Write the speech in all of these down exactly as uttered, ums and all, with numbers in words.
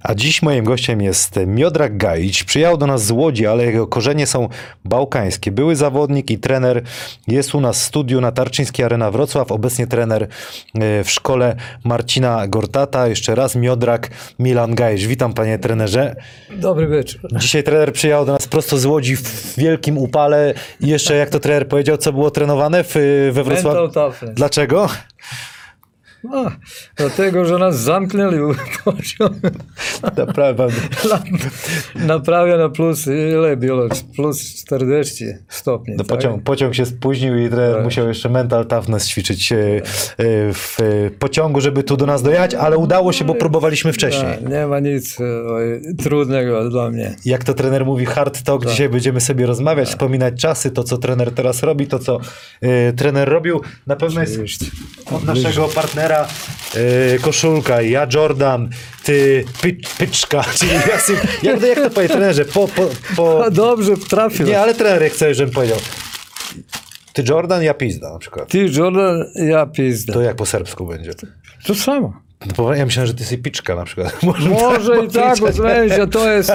A dziś moim gościem jest Miodrag Gajić. Przyjechał do nas z Łodzi, ale jego korzenie są bałkańskie. Były zawodnik i trener. Jest u nas w studiu na Tarczyńskiej Arena Wrocław. Obecnie trener w szkole Marcina Gortata. Jeszcze raz Miodrag Milan Gajić. Witam, panie trenerze. Dobry wieczór. Dzisiaj trener przyjechał do nas prosto z Łodzi w wielkim upale. I jeszcze, jak to trener powiedział, co było trenowane w, we Wrocławiu? Mental toughness. Dlaczego? No, dlatego, że nas zamknęli u pociągu. Naprawdę. Naprawia na plus, ile było? Plus czterdzieści stopni. No, tak? pociąg, pociąg się spóźnił i trener tak. musiał jeszcze mental toughness ćwiczyć w pociągu, żeby tu do nas dojechać, ale udało się, bo próbowaliśmy wcześniej. Tak, nie ma nic oj, trudnego dla mnie. Jak to trener mówi, hard talk, tak. Dzisiaj będziemy sobie rozmawiać, tak. Wspominać czasy, to co trener teraz robi, to co y, trener robił. Na pewno jest od naszego partnera y, koszulka, ja Jordan, ty py, pyczka, czyli jak, jak, jak to powie trenerze? Po, po, po... A dobrze, trafił. Nie, ale trener jak chce, żebym powiedział. Ty Jordan, ja pizda na przykład. Ty Jordan, ja pizda. To jak po serbsku będzie? To samo. No, ja myślałem, że ty jesteś piczka na przykład. Może, Może tak i tak, będzie, to jest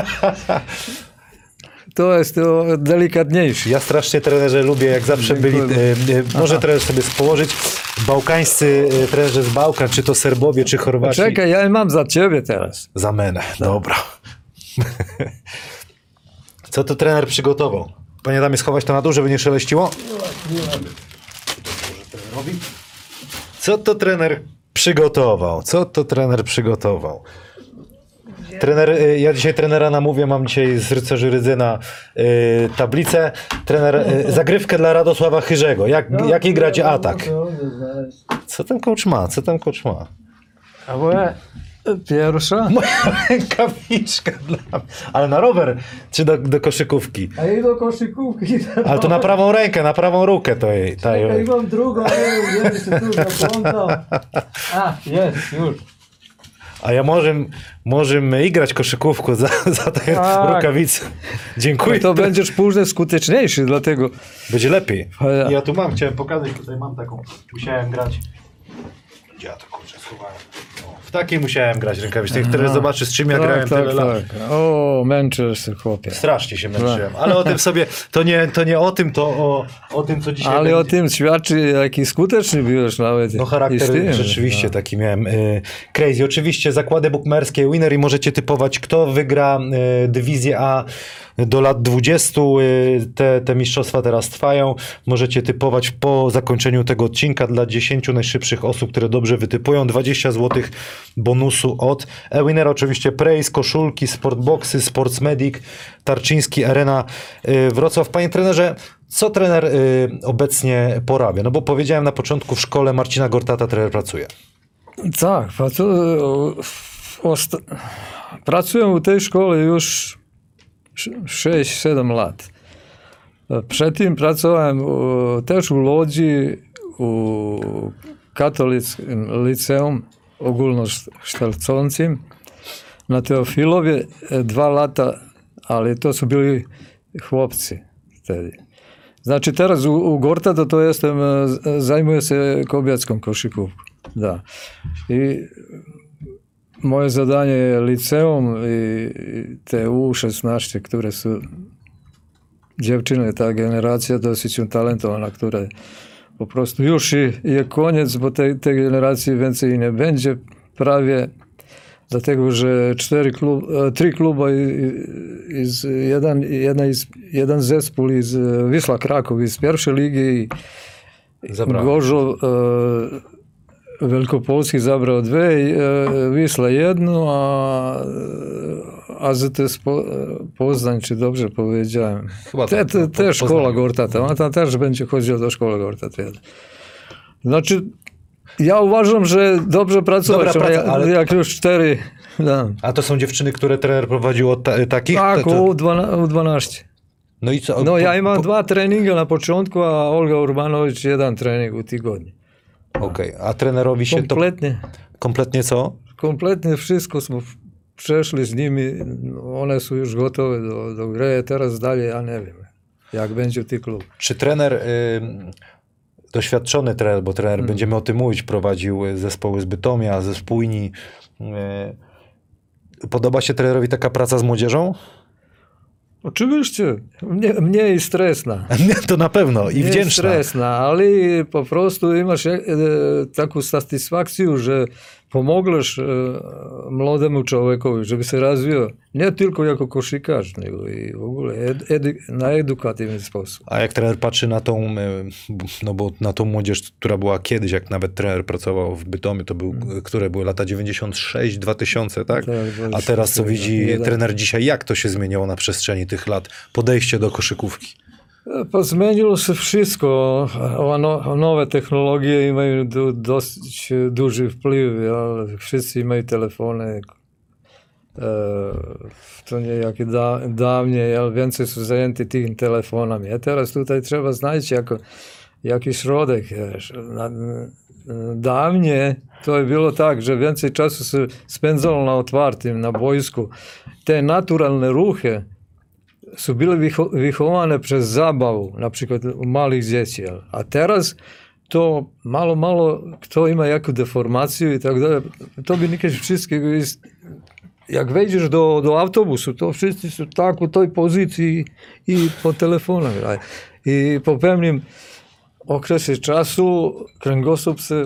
to jest to delikatniejsze. Ja strasznie trenerze lubię, jak zawsze byli, e, e, może trener sobie położyć, bałkańscy e, trenerzy z Bałkan, czy to Serbowie, czy Chorwaci. Czekaj, ja mam za ciebie teraz. Za menę, dobra. Co to trener przygotował? Panie damie, schować to na dół, żeby nie szeleściło? Co to trener przygotował? Co to trener przygotował? Trener, ja dzisiaj trenera namówię, mam dzisiaj z Rycerzy Rydzyna y, tablicę. Trener, y, zagrywkę dla Radosława Chyrzego. Jak, no, jaki grać atak? Co ten coach ma? Co ten coach ma? A moja pierwsza? Moja rękawiczka dla mnie. Ale na rower, czy do, do koszykówki? A i do koszykówki. Ale to na prawą rękę, na prawą rukę to jej. Ta jej. Czekaj, mam drugą, ale wiem, że tu zaplątał. A, jest, już. A ja możemy możemy grać koszykówkę za, za tę tak. rukawicę. Dziękuję. No to będziesz później skuteczniejszy, dlatego... Będzie lepiej. Ja. Ja tu mam, chciałem pokazać, tutaj mam taką, musiałem grać. Gdzie ja to kurczę schowałem? O, w takiej musiałem grać rękawiczkę, który zobaczy, z czym ja tak, grałem tak, tyle lat. tak. O, męczysz się, chłopie. Strasznie się męczyłem, ale o tym sobie, to nie, to nie o tym, to o, o tym, co dzisiaj Ale będzie. o tym świadczy, jaki skuteczny byłeś nawet. No charakter tym, rzeczywiście no. taki miałem y, crazy. Oczywiście zakłady bukmerskie winner i możecie typować, kto wygra y, dywizję A do lat dwudziestu. Y, te, te mistrzostwa teraz trwają. Możecie typować po zakończeniu tego odcinka dla dziesięciu najszybszych osób, które dobrze wytypują. dwadzieścia złotych bonusu od e-winner. Oczywiście Praise, koszulki, sportboxy, Sportsmedic, Tarczyński Arena y, Wrocław. Panie trenerze, co trener y, obecnie porabia? No bo powiedziałem na początku, w szkole Marcina Gortata trener pracuje. Tak, pracuję, osta- pracuję u tej szkole już sześć siedem lat. Przed tym pracowałem u, też u Łodzi, u katolickim liceum ogólnokształcącym. Na Teofilowie dwa lata, ale to są byli chłopcy wtedy. Znaczy teraz u, u Gortata to jestem, zajmuję się kobiecką koszykówką. Da. I moje zadanie liceum i te U szesnaście, które są dziewczyny, ta generacja dosyć utalentowana, która po prostu już jest koniec, bo tej, tej generacji więcej nie będzie prawie. Dlatego, że cztery klub, trzy kluby, z jeden, jeden, jeden zespół z Wisła Kraków z pierwszej ligi, Gorzów e, Wielkopolski zabrał dwie, e, Wisła jedno, a A Z T po, Poznań, czy dobrze powiedziałem. Chyba te, te, te szkoła Gortata, ona tam też będzie chodziła do szkoły Gortata. Znaczy, ja uważam, że dobrze pracować, praca, jak, ale... jak już cztery. No. A to są dziewczyny, które trener prowadził od ta, takich? Tak, to, to... u dwanaście. No i co? No po, ja mam po... dwa treningi na początku, a Olga Urbanowicz jeden trening u tygodniu. Okej, okay. A trenerowi się kompletnie, to... Kompletnie co? Kompletnie wszystko smo przeszli z nimi, one są już gotowe do, do gry, teraz dalej ja nie wiem, jak będzie tych klub. Czy trener... Y... doświadczony trener, bo trener, hmm. będziemy o tym mówić, prowadził zespoły z Bytomia, ze Spójni. podoba się trenerowi taka praca z młodzieżą? Oczywiście, mnie, mniej stresna. To na pewno i Nie wdzięczna. stresna, ale po prostu imaš e, takvu satisfakciju, že pomoglaš e, mlodemu čovjekovi, že bi se razvio ne tylko jako košarkaš, nego i w ogóle ed, ed, na edukatywny sposób. A jak trener patrzy na tą, e, no bo na tą młodzież, która była kiedyś, jak nawet trener pracował w Bytomiu, to był, Hmm. które były lata dziewięćdziesiąt sześć dwa tysiące, tak? Tak, A teraz co widzi jeden. trener dzisiaj, jak to się zmieniło na przestrzeni tych lat? Podejście do koszykówki. Pa zmenilo se všetko. Ova no, nove tehnologije imaju do, dostić duži vpliv. Ja? Všetci imaju telefone. E, to nejaké da, dávne, ja? Więcej sú zajęti tým telefonami. A teraz tutaj treba znajti ako, jaký šrodek. Na, dávne to je bilo tak, že więcej času se spenzalo na otvartim, na bojsku. Te naturalne ruhe su bile viho, vychované przez zabavu, napríklad u malých dzieci. A teraz to malo, malo, kto ima jaku deformáciu i tak dalje, to bi nikad všetkého ist, jak vejdeš do, do autobusu, to všetci su tak u toj pozícii i po telefonu. I po pevnim okrese času kręgosłup se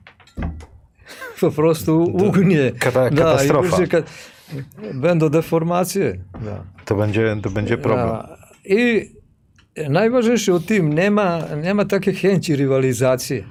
po prostu ugnie. Kata, katastrofa. Da, kad będą deformacije. Da. To będzie, to będzie problem. Da. I najvažnejše u tim, nema, nema take chęci rivalizacije.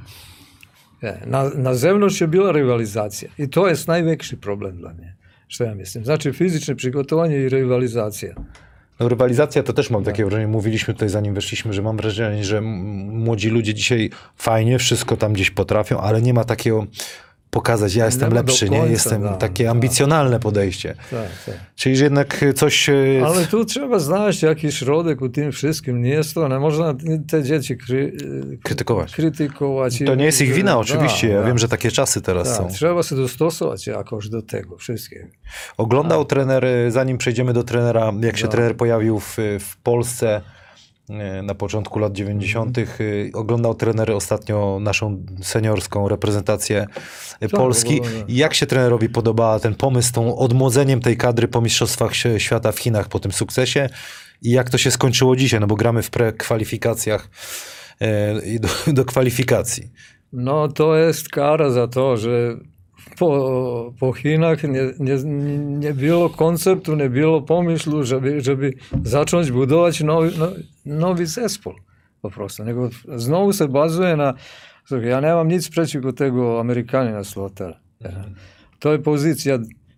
Na, na zewnątrz je bila rivalizacija. I to jest najveći problem dla mnie, što ja mislim. Znači fizične przygotowanie i rivalizacja. No, rywalizacja to też mam takie wrażenie, mówiliśmy tutaj zanim weszliśmy, że mam wrażenie, że m- młodzi ludzie dzisiaj fajnie, wszystko tam gdzieś potrafią, ale nie ma takiego pokazać, ja jestem ma do lepszy, nie? końca, Jestem da, takie da. ambicjonalne podejście. Tak, tak. Czyli że jednak coś... e, Ale tu trzeba znaleźć jakiś środek u tym wszystkim. Nie jest to, nie można te dzieci kry, Krytykować. krytykować. To nie jest ich wina, Da, oczywiście. Ja da. wiem, że takie czasy teraz Da, są. trzeba się dostosować jakoś do tego wszystkiego. Oglądał trener, e, zanim przejdziemy do trenera, jak się Da. trener pojawił w, w Polsce e, na początku lat dziewięćdziesiątych. e, Oglądał trener ostatnio naszą seniorską reprezentację e, Polski. oglądałem. I jak się trenerowi podoba ten pomysł z tą odmłodzeniem tej kadry po Mistrzostwach Świ- Świata w Chinach, po tym sukcesie? I jak to się skończyło dzisiaj? No bo gramy w prekwalifikacjach e, i do, do kwalifikacji. No to jest kara za to, że po, po Chinach nie, nie, nie bilo konceptu, nie bilo pomysłu, żeby, żeby zacząć budować nowy, no, nowy zespół po prostu. Nego znowu se bazuje na... Słuchaj, ja nemam nic przeciwko tego Amerykanina Slotera. To je pozycja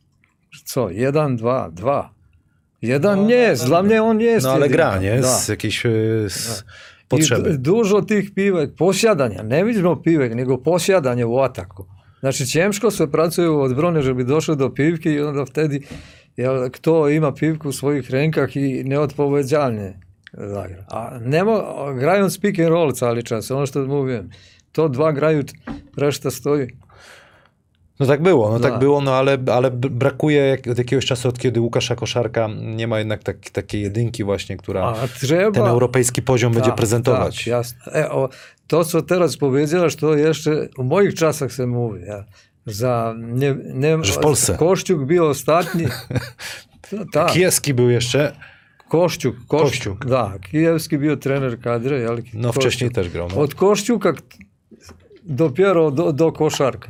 co? Jeden, dwa, dwa. Jeden No, nie jest, dla mnie on nie jest No ale jedynka. gra, nie? Da. Z jakiejś e, z I potrzeby. d- dużo tih pivek, posjadanja, ne vidimo pivek, nego posjadanje u ataku. Znači, ciężko se pracuje u odbroni, żeby došao do pivke i onda vtedy, jel, kto ima pivku u svojih rękach i neodpowiedzialnie zagra. A nemo, grając pick and roll cały czas, ono što mówiłem, to dwa grają, reszta stoi. No tak było, no tak Da. było, no ale, ale b- brakuje jak, od jakiegoś czasu, od kiedy Łukasza Koszarka nie ma jednak tak, takiej jedynki właśnie, która A trzeba... ten europejski poziom będzie Tak, prezentować. Tak, jasne. E, o, to, co teraz powiedziałeś, to jeszcze u moich czasach se mówi. Ja. Za, nie, nie, Że w Polsce. Kościuk był ostatni. To, tak, Kijewski był jeszcze, Kościuk. Kościuk. Kościuk. Da, Kijewski bio trener kadre. Ali no wcześniej też grał. No, Od Kościuka k- dopiero do, do košarka.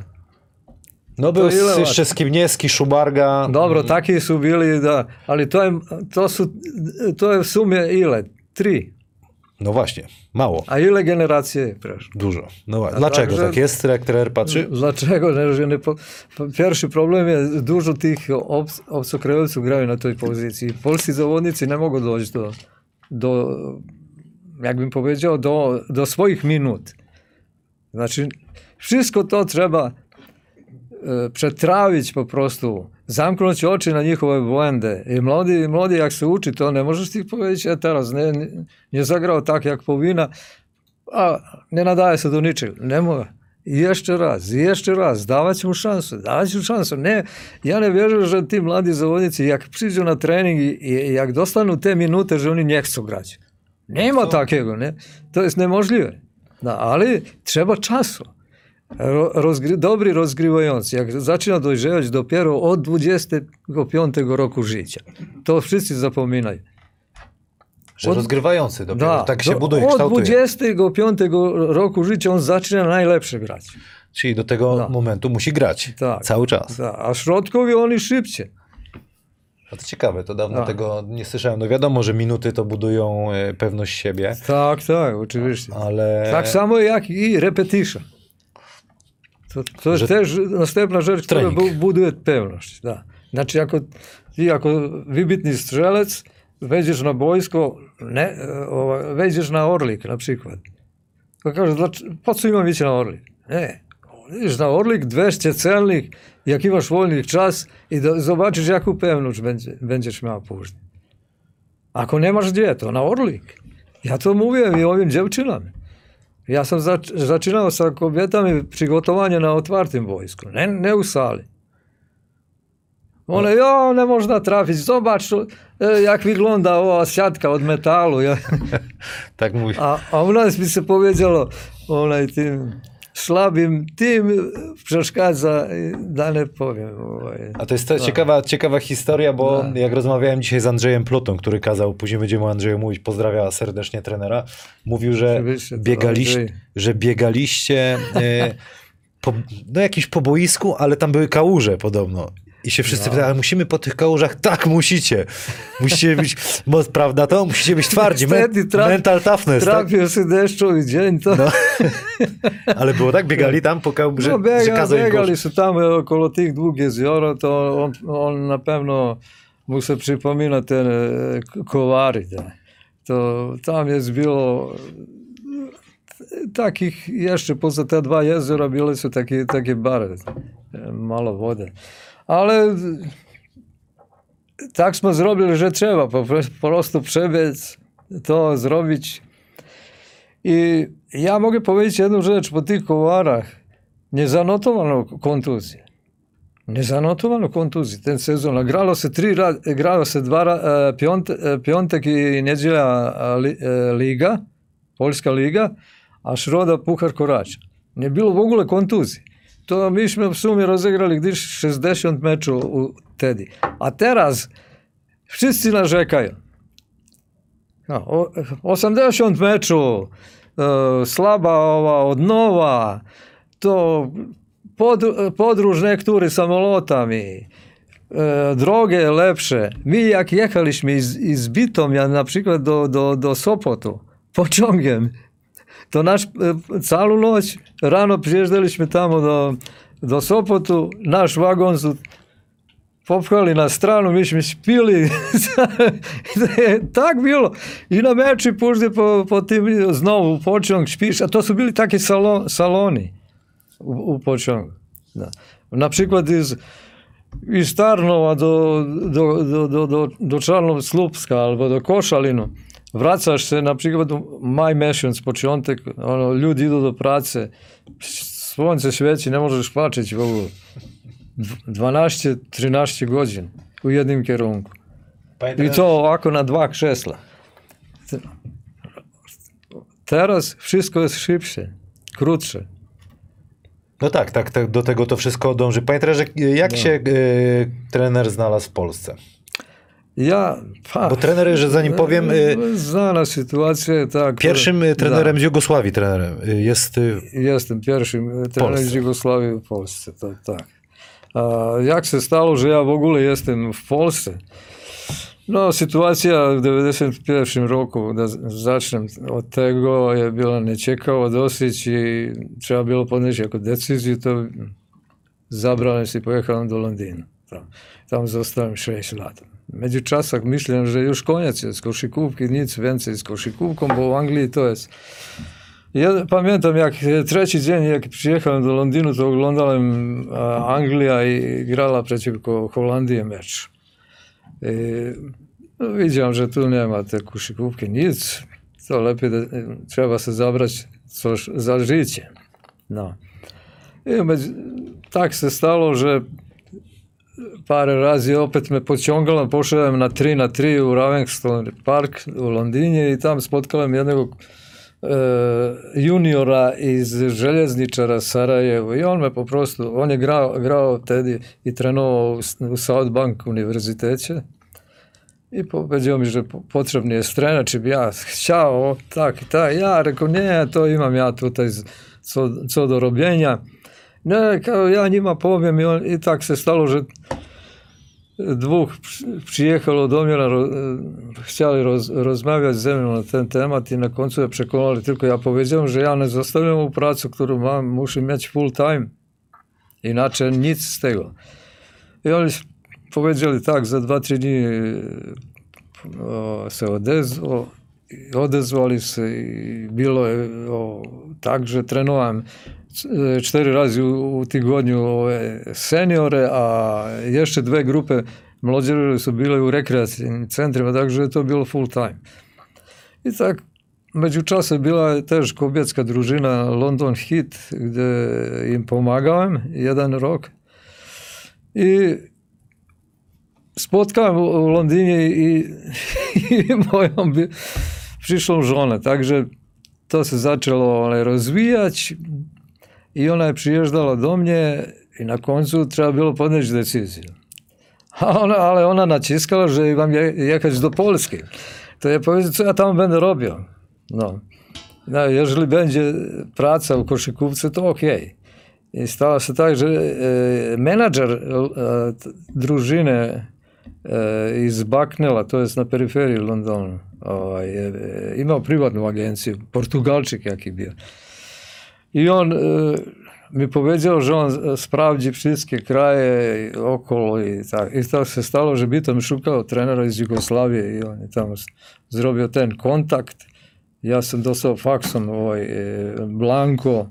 no był ile lat? jeszcze Skibniewski, Szubarga. Dobro, taki su bili, da. Ali to je, to su, to je v sumie ile? Tri. No właśnie, mało, A ile generacije prešlo? dużo. No, wa- dlaczego także- tak jest, jak trener patrzy? Dlaczego? Ne, że nie po, po, pierwszy problem je dużo tih obc, obcokrajowców grają na toj pozycji. Polscy zawodnicy nie mogą dojść do, do jakbym powiedział, do, do swoich minut. Znaczy, wszystko to trzeba e, przetrawić po prostu, zamknąć oczy na njihove błędy. I młody, młody jak se uči, to ne možeš ti powiedzieć, e teraz ne, ne, nie zagrał tak jak powinna, a ne nadaje se do ničeg. Ne može. I jeszcze raz, i jeszcze raz, dawać mu šansu, dawać mu šansu. Ne, ja ne vjerujem, že ti mladi zavodnici, jak priđu na trening i, i jak dostanu te minute, že oni nie chcą grać. Nema takiego, ne? To jest nemožljiwe. Da, ali treba času. Ro, rozgry, dobry rozgrywający, jak zaczyna dojrzewać dopiero od dwudziestego piątego roku życia. To wszyscy zapominają. Że Od- rozgrywający dopiero, Da, tak się do- buduje, od kształtuje. dwudziestego piątego roku życia on zaczyna najlepsze grać. Czyli do tego Da. momentu musi grać Tak. cały czas. Da, a środkowi oni szybciej. A to ciekawe, to dawno Tak. tego nie słyszałem. No wiadomo, że minuty to budują e, pewność siebie, Tak, tak, oczywiście. ale... Tak samo jak i repetition. To, to jest Że- też następna rzecz, która Trening. bu- buduje pewność. Da. Znaczy, jako, ty jako wybitny strzelec wejdziesz na boisko, ne, o, wejdziesz na Orlik na przykład. To kaže, dlač- po co imam ići na Orlik? Ne, ideš na Orlik, dwieście celnych, jak imaš voljni čas i da zobačiš jaku pewność będzie, będziesz miał później. Ako nemaš gdje, to na Orlik. Ja to mówię i ovim dziewczynami. Ja sam zač- zaczynał sa kobietami przygotowanie na otwartym boisku, ne, ne u sali. One, jo, ne można trafić, zobacz e, jak wygląda ova siatka od metalu. Ja, Tak mówi. a, a u nas bi se powiedzialo, onaj tim slabim, tim przeszkadza, da ne powiem. Ovaj. A to jest ta ciekawa, ciekawa historia, bo jak rozmawiałem dzisiaj z Andrzejem Plutą, który kazał, później będziemy o Andrzeju mówić, pozdrawia serdecznie trenera, mówił, że, Oczywiście, to biegaliście, Andrzej. że biegaliście e, po, no jakiś po boisku, ale tam były kałuże podobno. I się wszyscy No. pytają, ale musimy po tych kałużach? Tak, musicie. Musicie być, bo, prawda to? Musicie być twardzi. Men, Niestety traf- mental toughness, tak? Trafił się deszczowy dzień, to... No. Ale było tak? Biegali tam po kałuży, No, że biega, kazał im biegali kosz- su tamo okolo tih dvog jeziora, to on, on napevno mu se pripomina te e, kovari. Da. To, tam je bilo takih, jeszcze poza te dva jezera bile su takie, takie bare, e, malo vode. Ale tak smo zrobili, že treba, po prostu przebiec, to zrobić. I ja mogę powiedzieć jedną rzecz, po tych kowarach nie zanotowano kontuzji. Nie zanotowano kontuzji ten sezon. A gralo se tri, ra- gralo se dva, ra- e, piont, e, piątek i nedjelja e, li, e, liga, Poljska liga, a Šroda Puhar Korača. Nie bilo w ogóle kontuzji. To myśmy w sumie rozegrali gdyż sześćdziesiąt meczów u Tedi. A teraz wszyscy narzekają. No, o- osiemdziesiąt meczów, e, slaba ova odnova, to pod, podróż niektóry samolotami, e, droge lepsze. My jak jechaliśmy iz, iz Bitomja na przykład do, do, do Sopotu pociągiem, to naš e, calu noć rano priježdaliśmy tamo do, do Sopotu, naš vagon su popchali na stranu, mi smo spili. Tak bilo. I na meči pužde po, po tim znovu pociąg špiš, a to su bili taki salo, saloni u, u pociągu. Da. Na przykład iz, iz Tarnova do, do, do, do, do, do Čarnog Slupska albo do Košalinu. Vracaš se, na przykład u maj mjesec, počontek, ono, ljudi idu do prace, słońce świeci, ne možeš pačić v ogóle. dwanaście trzynaście godzin u jednym kierunku. I to ovako na dva krzesla. Teraz wszystko jest szybsze, krótsze. No tak, tak, tak, do tego to wszystko dąży. Panie trenerze, jak No. się e, trener znalazł w Polsce? Ja, pa, Bo trener, że zanim powiem, y, znana sytuacja, tak. pierwszym y, trenerem z Jugosławii trenerem y, jest... y, Da, jestem pierwszym trenerem z Jugosławii w Polsce, to tak. A jak se stalo, że ja w ogóle jestem w Polsce? No, sytuacja w devedeset pierwszym roku, da začnem od tego, je bila nečekava dosyć i treba bilo podneći jako deciziju, to zabrałem si pojechałem do Londýna. Tam, tam zostałem šest lat. Međučasak myślałem, że już koniec jest koszykówki, nic więcej z koszykówką, bo w Anglii to jest... Ja pamiętam, jak trzeci dzień, jak przyjechałem do Londynu, to oglądałem a, Anglia i grała przeciwko Holandii mecz. I, no, widziałem, że tu nie ma tej koszykówki, nic. To lepiej da, trzeba się zabrać coś za życie. No. I tak się stało, że parę razy opet me pociągalo, poszedłem na tri na tri u Ravenston Park u Londynie i tam spotkałem jednego juniora iz željezničara Sarajevo i on me poprostu, on je grao, grao tedi i trenovao u South Bank univerziteće i povedio mi, že potrebni je trener, či bi ja chciao, tak i tak, ja rekao, ne, to imam ja tutaj co, co do robljenja, ne, kao ja njima povijem i, on, i tak se stalo, že dwóch przyjechało do mnie, ro, chcieli roz, rozmawiać ze mną na ten temat i na końcu je przekonali, tylko ja powiedziałem, że ja nie zostawiam u pracę, którą mam, muszę mieć full time, inaczej nic z tego. I oni powiedzieli tak, za dwa, trzy dni o, se odezvo, odezvali se i bilo je o, tak, że trenowałem cztery razy u, u tygodniu ove seniore, a jeszcze dve grupe młodzieży su bile u rekreacijnim centrima, takže je to bilo full time. I tak, među časem bila je tež kobjetska družina London Hit, gdje im pomagałem jedan rok. I spotkałem u Londynie i, i mojom bi, przyszłą żonę, takže to se začelo rozwijać. I ona je priježdala do mnje i na koncu treba bilo podneći deciziju. A ona, ali ona naciskala, že vam je jechać do Polski. To je powiedzieć, co ja tamo będę robił. No. No, jeżeli będzie praca u koszykówce, to okej. I stalo se tak, že e, menadžer e, družine e, iz Bucknella, to jest na periferiji Londona, ovaj, je, e, imao privatnu agenciju, Portugalčik jaki bio. I on e, mi powiedział, że on sprawdzi wszystkie kraje okolo i tak. I tak se stalo, że bi tam šukao trenera iz Jugoslavije i on je tamo zrobio ten kontakt. Ja sam dostao faksom ovaj, e, blanko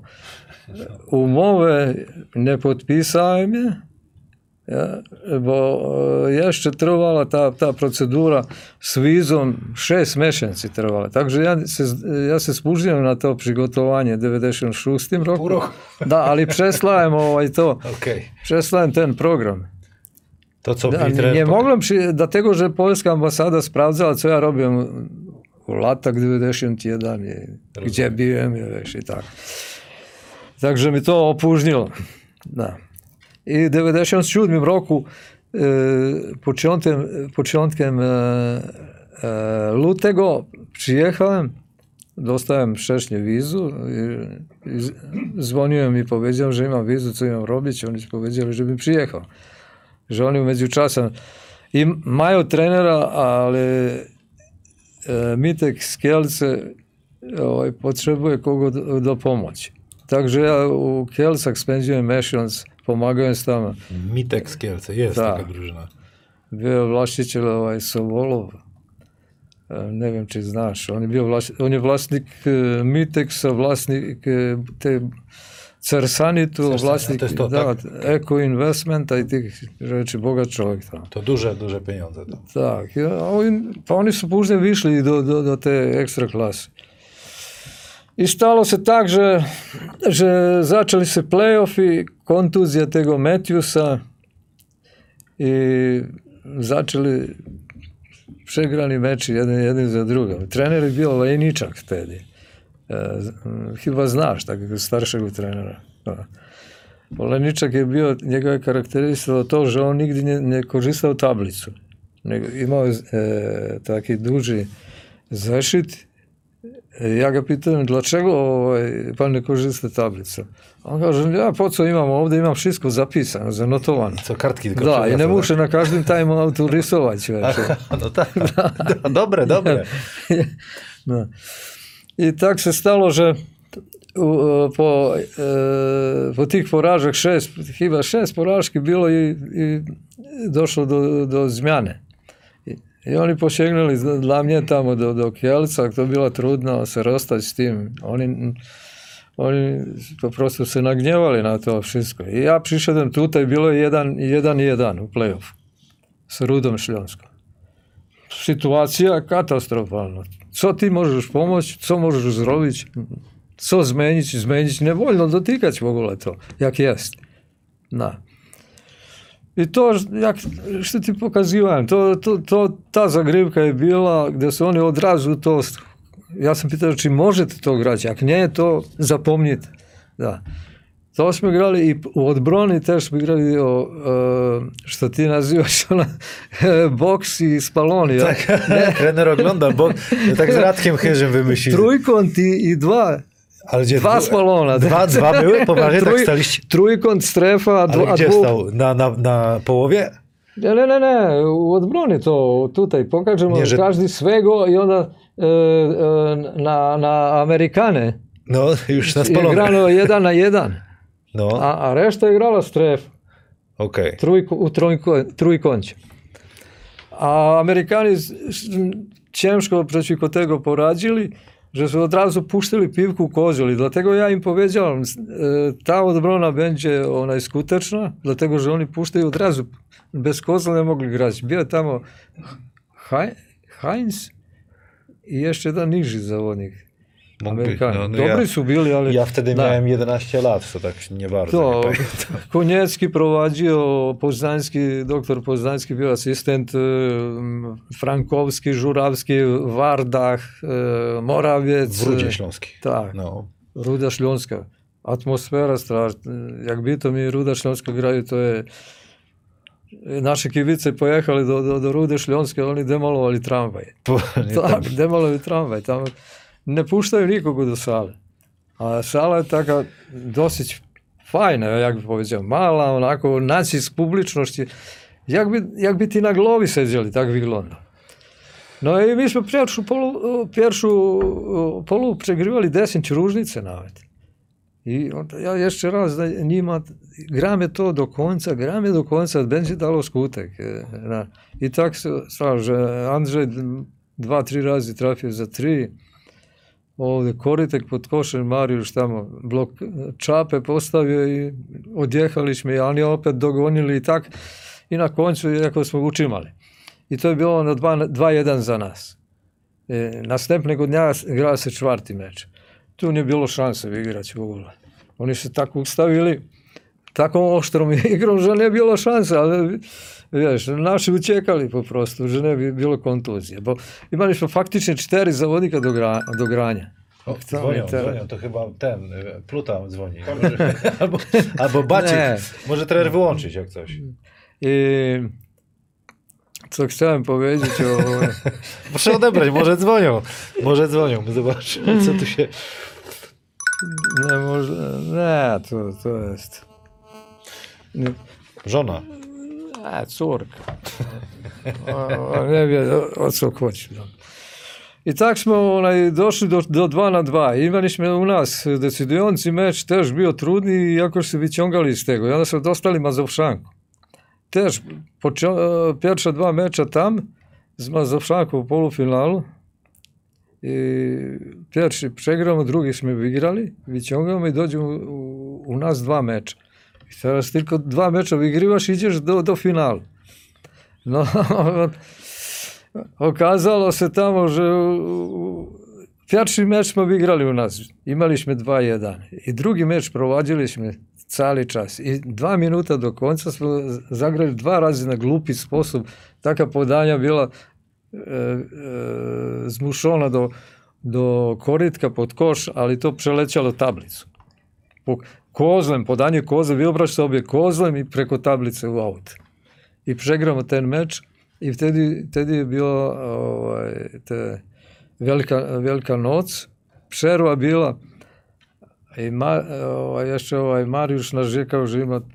umove, ne potpisałem je, ja, bo jeszcze trvala ta, ta procedura s vizom šest mjeseci trvala. Takže ja se, ja se spužujem na to przygotowanie devedeset šestom roku. Da, ali přeslajem ovaj to. Okay. Přeslajem ten program. To co da, nie, nie mogłem, przy, dlatego, że polska ambasada sprawdzała, co ja robię u latak devedeset jedan, je, gdzie biłem, je, wiesz, i tak. Takže mi to opóźniło. Da. I w devedeset siódmym roku, e, początkiem, początkiem e, e, lutego przyjechałem, dostałem wcześniej wizu i, i dzwoniłem i powiedziałem, że mam wizu, co mam robić. Oni powiedzieli, żebym przyjechał. Że oni w międzyczasem i mają trenera, ale e, Mitek z Kielce ovaj, potrzebuje kogo do, do pomoći. Takže ja u Kielcach spędziłem miesiąc, pomagając tam. Mitek z Kielce, jest Ta. taka drużyna. Bio vlastitelj ovaj Sobolov. Ne wiem, czy znaš. On je, bio vlas, on je vlasnik uh, Miteksa, vlasnik uh, te Cersanitu, Cersani, vlasnik to to, da, tak? Eko Investmenta i tih rzeczy, bogat čovjek tam. To duże, duże pieniądze. To. Tak, ja, oni, pa oni su później wyszli do, do, do te ekstra klasy. I stalo se tak, že, že začeli se play-offi, kontuzija tego Matthewsa i začeli przegrani meči jeden, jeden za drugim. Trener je bio Lejničak tedi. E, chyba znaš takvog staršeg trenera. Lejničak je bio, njega je karakterisalo to, že on nigdje ne, ne koristao tablicu. Nego imao je e, taki duži zešit. Ja ga pitam, dlaczego ovaj, pan ne koriste tablicu? On kaže, ja po co imam ovdje, imam wszystko zapisano, zanotovano. Co, kartki tylko Da, i ne muszę tak? na każdym timeoutu rysować. Aha, no tak, no, dobre, dobre. No. I tak se stalo, że po, e, po tih poražak šest, chyba šest poražki bilo i, i došlo do, do zmiane. I oni posjegnuli dla mnie tamo do, do Kielca, to bilo trudno se rozstać s tim. Oni, oni po prostu se nagnjevali na to wszystko. I ja prišedem tutaj, bilo je jedan, jedan, jedan u play-off s Rudom Šljanskom. Situacija katastrofalna. Co ti možeš pomoći, co možeš zrobić, co zmenić, zmenić, ne voljno dotykać w ogóle to, jak jest. Na. I to, jak, što ti pokazivałem, to, to, to, ta zagrivka je bila gdje su oni odrazu to ja sam pitao, či možete to grati, ako nije to zapomnite. Da. To smo igrali i u odbrani tež smo igrali o, e, što ti nazivaš ona, boks i spaloni. Ja? Tak, trener ogląda, bo tak z Radkiem Chyżym wymyślili. Trójkąt i, i dwa. Ale gdzie, Dwa spalona. Dwa, dwa były? Poważnie tak Trój, staliście? Trójkąt, strefa, Ale dwa, gdzie dwóch. stał? Na, na, na połowie? Ne, ne, ne, ne, u odbrani to, tutaj pokažemo Nie, że- każdy swego i onda e, e, na, na Amerikane No, już na je spalonych. igrano jedan na jedan, No, a, a rešta je igrala stref. okej. Trójko, u trójko, trójkącie. A Amerykanie s- s- ciężko przeciwko tego poradzili, że su od razu puštili pivku u kozoli. Dlatego ja im powiedziałem, s- e, ta odbrona będzie onaj skutečna, dlatego że oni puštaju od razu. Bez kozla ne mogli grać. Bio je tamo Haj- Heinz i jeszcze jeden niži zawodnik. Mógł być. Amerykanie. No, no Dobri ja, su bili, ali... ja wtedy Da. miałem jedenaście lat, to tak nie bardzo. To, nie pamiętam. Konjecki prowadio, Poznański, doktor Poznański bio asistent, e, Frankowski, Żurawski, Wardach, e, Morawiec. W Rudzie Śląskiej. Tak, No. Ruda Śląska. Atmosfera strašna. Jak bi to mi Ruda Śląska graju, to je... Naše kivice pojehali do, do, do Rude Šljonske, oni demolovali tramvaj. Po, nie, tam, Tak, demolovi tramvaj. Tamo ne puštaju nikogo do sale. A sala je taka dosyć fajna, jak bi powiedział, mala, onako nacisk publičnosti. Jak bi, jak bi ti na glovi sedjeli, tak vygląda. No i mi smo pierwšu polu, pierwšu polu pregrivali deset ružnice nawet. I onda ja jeszcze raz da njima grame to do konca, grame do konca, będzie dalo skutek. e, na. I tak se stalo, že Andrzej dva, tri razi trafio za tri. Ovdje Koritek pod košem, Marijuš tamo blok čape postavio i odjehali smo i oni opet dogonili i tak. I na koncu, iako smo učimali. I to je bilo na dva jedan za nas. E, następnego dnia igrala se čvarti meč. Tu nije bilo šanse igrati u ogóle. Oni su tako ustavili, tako oštrom igrom, že ne bilo šanse, ali vieš, naši učekali po prostu, že ne bi bilo kontuzije. Bo imali smo fakticznie četiri zavodnika do, gra, do grania. O, Kto dzwonią, mi te- dzwonią, to chyba ten, y, Pluta dzwoni. Może, albo, albo Baciek. Nie. Może trener wyłączyć jak coś. I co chciałem powiedzieć o... Muszę odebrać, może dzwonią. Może dzwonią, zobaczymy co tu się... Ne, może, ne, to, to jest... Nie, Żona. a, córka. O, o, ne wie o, o co chodzi. I tak smo onaj, došli do, do dva na dva. Imaliśmy u nas decydujący mecz, też bio trudny i jakoś się wyciągali z tego. I onda smo dostali Mazovšanku. Też pocio- pierwsze dwa mecze tam z Mazovšankou u polufinalu. I pierwszy przegramy, drugiśmy wygrali, wyciągamy i dođemo u, u nas dwa mecze. I teraz tylko dwa mecze wygrywaš i idziesz do, do finalu. No, okazalo se tamo, że pierwszy mecz smo wygrali u nas. Imaliśmy dva jedan. I drugi mecz prowadziliśmy cały czas. I dva minuta do konca smo zagrali dva razy na glupi sposób. Taka podanja bila e, e, zmušona do, do koritka pod koš, ali to prelećalo tablicu. Po kozlem, podanje koze, vyobraž sobie kozlem i preko tablice u aut. I pregramo ten meč i vtedy, vtedy je bila ovaj, te velika, velika noc, přerva bila i ma, ovaj, jeszcze ovaj Marijuš nažekao, že ima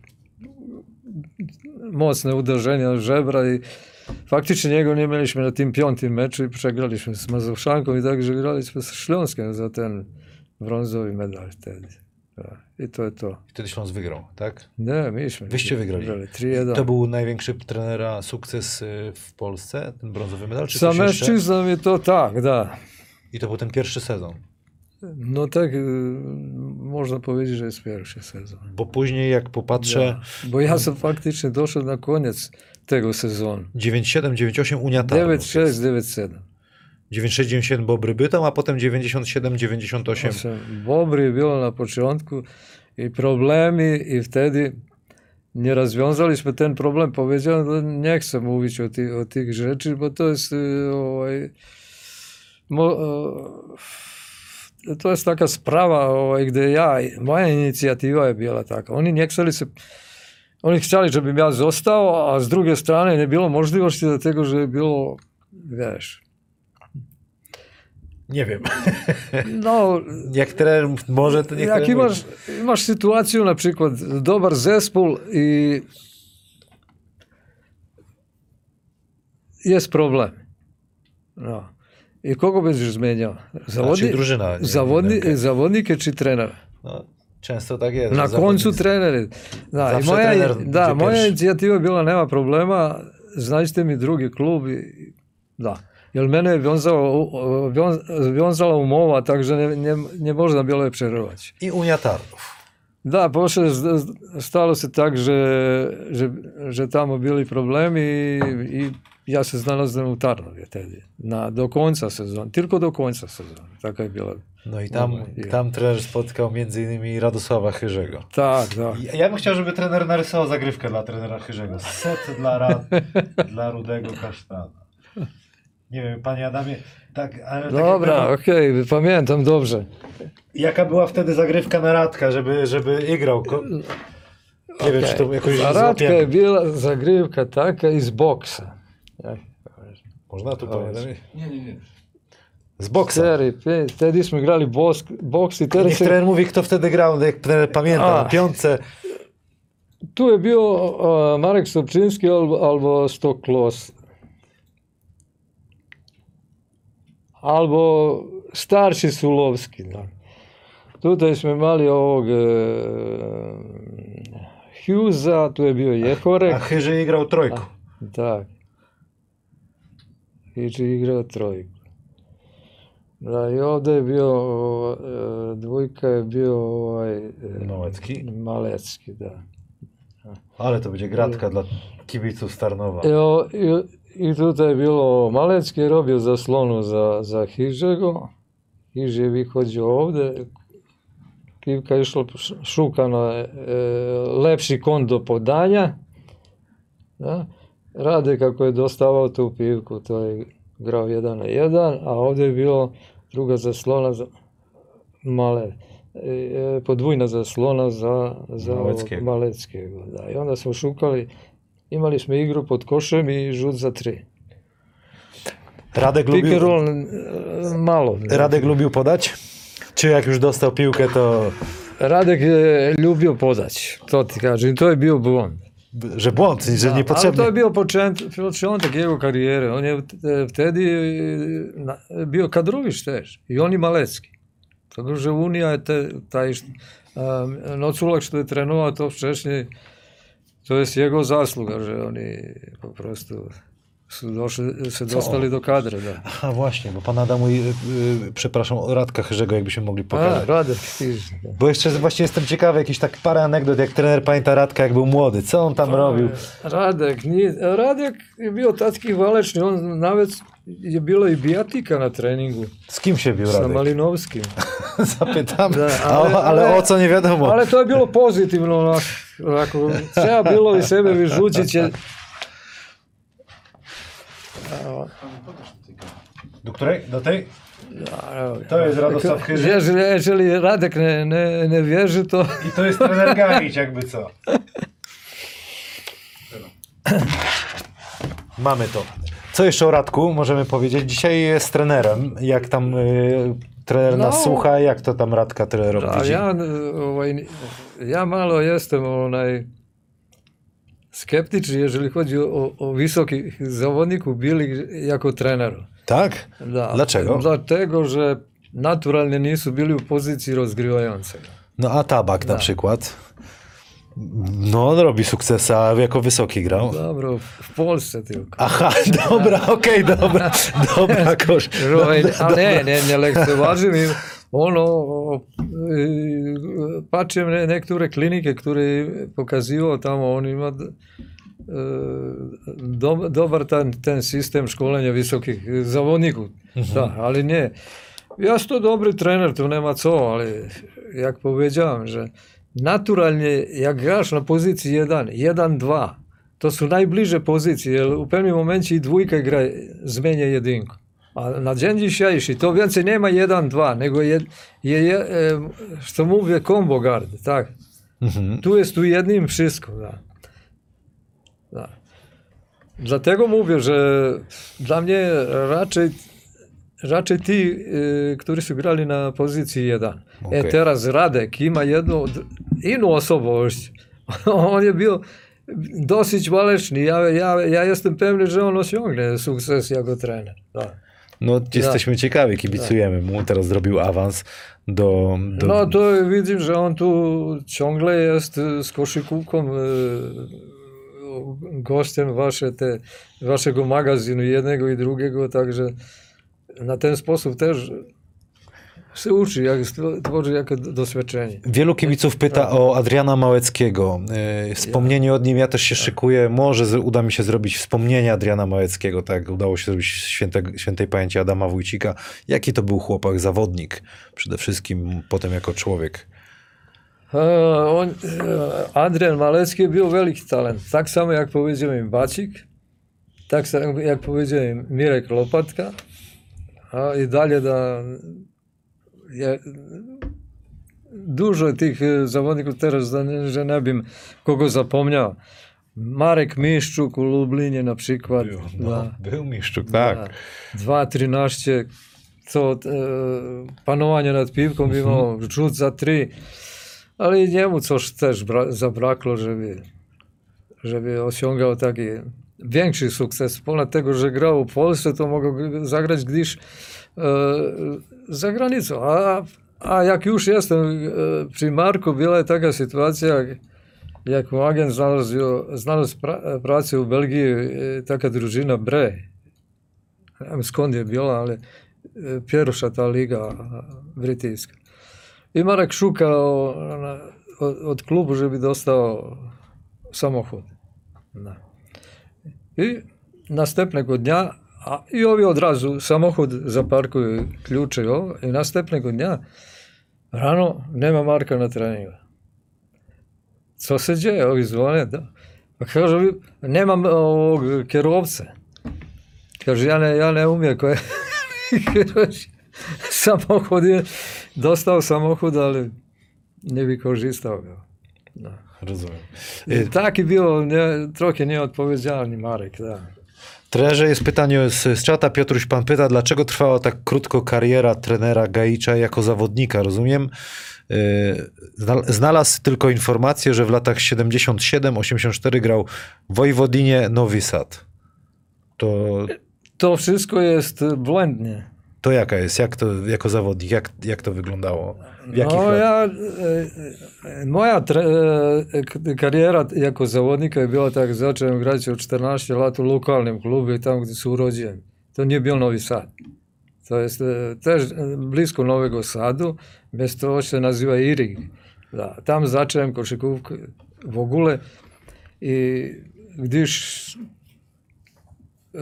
mocne uderzenia žebra i faktycznie niego nie mieliśmy na tym piątym meczu i przegraliśmy z Mazovšanką i także graliśmy z Śląskiem za ten brązowy medal wtedy. Tak. I to je to. Wtedy Śląsk wygrał, tak? Nie, myśmy Wyście wygrali. trzy jeden. To był największy trenera sukces y, w Polsce, ten brązowy medal? Czy Sa coś jeszcze? mężczyznami to tak, da. I to był ten pierwszy sezon. No tak, y, można powiedzieć, że jest pierwszy sezon. Bo później jak popatrzę, Da. Bo ja sam faktycznie doszedł na koniec tego sezonu. dziewięćdziesiąt siedem dziewięćdziesiąt osiem Unia Tarnów. dziewięć sześć, dziewięć siedem. dziewięćdziesiąt sześć dziewięćdziesiąt siedem Bobry Bytom, a potem dziewięćdziesiąt siedem dziewięćdziesiąt osiem. Bobry je bilo na początku i problemi i wtedy nie rozwiązaliśmy ten problem. Powiedziałem, że nie chcę mówić o, ty, o tych rzeczy, bo to jest y, ovaj, mo, to je taka sprava ovaj, gdje ja, moja inicijativa je bila taka. Oni nie htjeli se, oni htjeli da bi ja zostao, a s druge strane ne bilo možljivosti do tego, že je bilo, wiesz, Nie wiem. no, Jak trener może, to niech jak trener imaš, imaš situaciju, na przykład, dobar zespol i jest problem. No. I kogo będziesz zmieniał? Zawodni, Znaczy drużyna. Nie, zawodni, nie, nie. zawodnike czy trenera? No, często tak jest. Na że koncu zawodnicy- trener. Da, i Zawsze moja, trener da, będzie moja pierwszy. inicijativa je bila nema problema, značite mi drugi klub. I, da. Jer mene je wiązalo, wiąz- wiązala umowa, takže ne, ne, ne można bilo je przerywać. I Unia Tarnów. Da, poslije z- z- stalo se tak, že, že, že tamo bili problemi i, i ja se znalazim u Tarnově tedy. Na, do końca sezonu, tylko do końca sezonu. Taka je bila. No i tam, No, tam trener spotkał między innymi Radosława Chyrzego. Tak, da. Ja, ja bym chciał, żeby trener narysował zagrywkę dla trenera Chyrzego. Set dla, Rad, dla Rudego Kasztana. Nie wiem, panie Adamie, tak, ale tak Dobra, jakby, okej, pamiętam dobrze. jaka była wtedy zagrywka na Radka, żeby, żeby igrał? Ko... Nie wiem, czy to jakoś Zaradka złapiemy. je bila zagrivka taka iz boksa. Można tu powiedzieć? Nie, nie, nie. Z boksa. Četiri, pet, tedy smo igrali boks, boks i teraz Niech se, trener mówi, kto wtedy grał, jak trener pamięta, A. na piątce. tu je bio uh, Marek Stopčinski albo, albo Stoklos. Albo starši Sulovski. Da. Tutaj smo imali ovog uh, Hughesa, tu je bio Jehorek. A Chyży igrał trojku. Tak. Hići igrao trojku. Da, i ovdje je bio, e, dvojka je bio ovaj, e, Malecki. Malecki, da. Ale to będzie gratka dla kibiców Starnowa. I, o, i, i tutaj je bilo Malecki je robio zaslonu za, za Hižego. Hiž je vyhodio ovdje. Kivka je išla šukano e, lepši kon do podanja. Da. Rade kako je dostavao tu pivku, to je igrao jedan na jedan, a ovdje je bilo druga zaslona za male, e, podvojna zaslona za, za Maleckého. Maleckého. Da. I onda smo šukali, imali smo igru pod košem i žut za tri. Radek Pick and lubił, roll e, malo. Radek lubił podać? Czy jak już dostał piłkę, to Radek je ljubio podać, to ti kažem, to je bio blond. że błąd, że Da, ali to niepotrzebny. je bio početak, početak njegove karijere. On je e, vtedy na, bio kadroviš tež. I on i Malecki. To duže Unija je te, taj um, Noculak što je trenovao to wcześniej, to jest jego zasluga, że oni po prostu su došli, se dostali do kadre. Da. A właśnie, bo pan Adam mówi, yy, przepraszam, o Radka Chyrzego, jakbyśmy mogli A, pokazać. Radek, Hiž, da. Bo jeszcze właśnie jestem ciekawy, jakieś tak parę anegdot, jak trener pamięta Radka, jak był młody. Co on tam robił? Radek, nije, Radek je bio tatki valečni, on nawet je bilo i bijatika na treningu Z kim się bił sa Radek? Malinovskim. Zapytam. Da, ale, ale, ale o co nie wiadomo. Ale to je bilo pozitivno, onako, onako treba bilo i sebe vyžućit će. Do której? Do tej? Evo, To jest Radosław Chyży. Jeżeli, jeżeli Radek ne, ne, ne wjerzy, to I to jest trener Gamić, jakby co. Mamy to. Co jeszcze o Radku możemy powiedzieć? Dzisiaj jest trenerem. Jak tam y, trener nas No. słucha, jak to tam Radka trener da, widzi? ja, ovaj, ja malo jesam onaj skeptični, jeżeli chodzi o, o visokih zawodniku bili jako treneru. Tak? Da, Dlaczego? Dlatego, że naturalnie nisu bili u poziciji rozgrywającej. No a Tabak na Da. przykład. No, on robi sukces, a jako wysoki grał. Dobro, w Polsce tylko. Aha, dobra, okej, dobra, dobra, kosz. Ovaj, Do- a ne, ne, ne lekcevažim im. Ono, e, pačem ne, niektóre klinike, które pokazivao tamo, on ima e, do, dobar ten, ten sistem školenja visokih zavodnikov. Da, ali nie. Ja sam to dobry trener, tu nema co, ali jak powiedziałem, że naturalnie jak grasz na pozycji jeden, jeden, dwa, to su najbliže pozicije, jer u pewnym momencie i dvojka gra zmienia jedynku. A na dzień dzisiejszy to więcej nie ma jeden, dwa, nego je, je, je e, što mówię, combo guard, tak. Mhm. Tu jest tu jednym wszystko, da. Da. Dlatego mówię, że dla mnie raczej, raczej ci, y, którzy są grali na pozycji jeden. Okej. E teraz Radek ima jednu d- inną osobowość. On je bio dosyć waleczny. Ja, ja, ja jestem pewny, że on osiągnie sukces jako trener. Da. No, jesteśmy ciekawi, kibicujemy mu. Teraz zrobił awans do... do... No to widzę, że on tu ciągle jest y, z koszykówką y, gościem wasze te, waszego magazynu jednego i drugiego, także na ten sposób też się uczy, jak st- tworzy jako doświadczenie. Wielu kibiców pyta o Adriana Małeckiego. Yy, Wspomnienie od nim, ja też się szykuję. Może z, uda mi się zrobić wspomnienie Adriana Małeckiego, tak jak udało się zrobić święte, świętej pamięci Adama Wójcika. Jaki to był chłopak, zawodnik, przede wszystkim potem jako człowiek. E, on, e, Adrian Malecki był wielki talent. Tak samo jak powiedziałem Bacik, tak samo jak powiedziałem Mirek Lopatka, a i dalej da... Ja, dużo tych e, zawodników teraz, da nie, że nie wiem kogo zapomniał. Marek Miszczuk u Lublinie na przykład. Był, Da. no, był Miszczuk, tak. dwa trzynaście, co e, panowanie nad piłką było, rzut za trzy. Ale i niemu coś też bra- zabrakło, żeby, żeby osiągał taki większy sukces. Ponad tego, że grał w Polsce, to mógł zagrać gdzieś e, za granicą. A, a jak już jestem e, przy Marku, była taka sytuacja, jak, jak mu agent znalazł, znalazł pra, pracę w Belgii, e, taka drużyna Bre. Nie wiem skąd je bila, ale e, pierwsza ta liga brytyjska. I Marek szukał na, od, od klubu, żeby dostał samochód. No. I następnego dnia, a i ovi od razu samochód zaparkuju, ključe ovo, i następnego dnia rano nema Marka na treningu. Co se dzieje? Ovi zvone, da. Pa kaže, nemam ovog kjerovca. Kaže, ja ne, ja ne umijem koje... samochód je, dostał samochód, ale nie wykorzystał go. No. Rozumiem. I taki był nie, trochę nieodpowiedzialny Marek. Tak. Trenerze, jest pytanie z, z czata. Piotruś pan pyta, dlaczego trwała tak krótko kariera trenera Gajicza jako zawodnika? Rozumiem. Yy, zna- Znalazł tylko informację, że w latach siedemdziesiąt siedem osiemdziesiąt cztery grał w Wojwodinie Nowy Sad. To, To wszystko jest błędnie. to jaka jest? Jak to jako zawodnik? Jak, jak to wyglądało? W jakich No, lat- ja, e, moja tre, e, k- kariera jako zawodnika była tak, zacząłem grać od czternaście lat w lokalnym klubie, tam gdzie się urodziłem. To nie był Nowy Sad. To jest e, też e, blisko Nowego Sadu, miasto się nazywa Irig. Da, tam zacząłem koszykówkę w ogóle i gdyż e,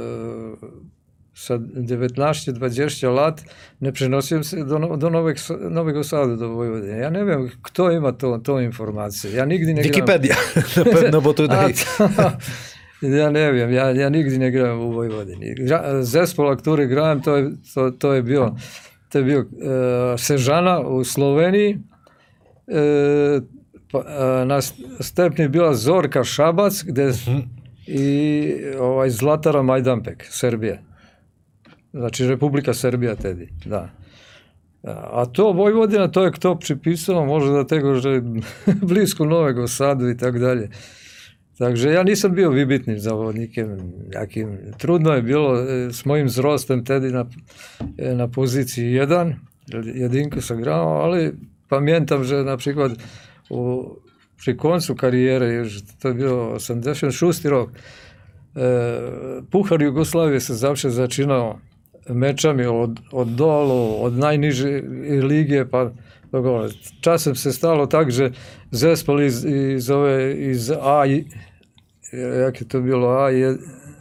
sa dziewiętnaście dwadzieścia lat nie przenosiłem się do, no- do nowych, Nowego Sadu, do Wojwodiny. Ja nie wiem, kto ma to, tą informację. Ja nigdy nie grałem... Wikipedia na pewno, bo tutaj... A, to, ja nie wiem, ja, ja nigdy nie grałem u Wojwodini. Gra- Zespół, który grałem, to, je- to, to je bio, to je bio e, Sežana u Sloveniji. E, pa, e, na stepni bila Zorka Šabac, gde, i ovaj Zlatara Majdanpek, Srbija. Znači Republika Srbija tedi, da. A to Vojvodina, to je kto pripisao, možda do tego, že je blisko Novego Sadu i tak dalje. Takže ja nisam bio vybitnim zavodnikem, jakim. Trudno je bilo e, s mojim zrostem tedi na, e, na poziciji jedan, jedinku sam grao, ali pamiętam, že na przykład u, pri koncu karijere, još to je bio osamdeset šesti rok, e, Puhar Jugoslavije se zawsze zaczynał meczami od, od dolu, od najniżej lige, pa do gore. Czasem se stalo tak, że zespół iz, iz, ove, iz A, jak je to bilo, A je,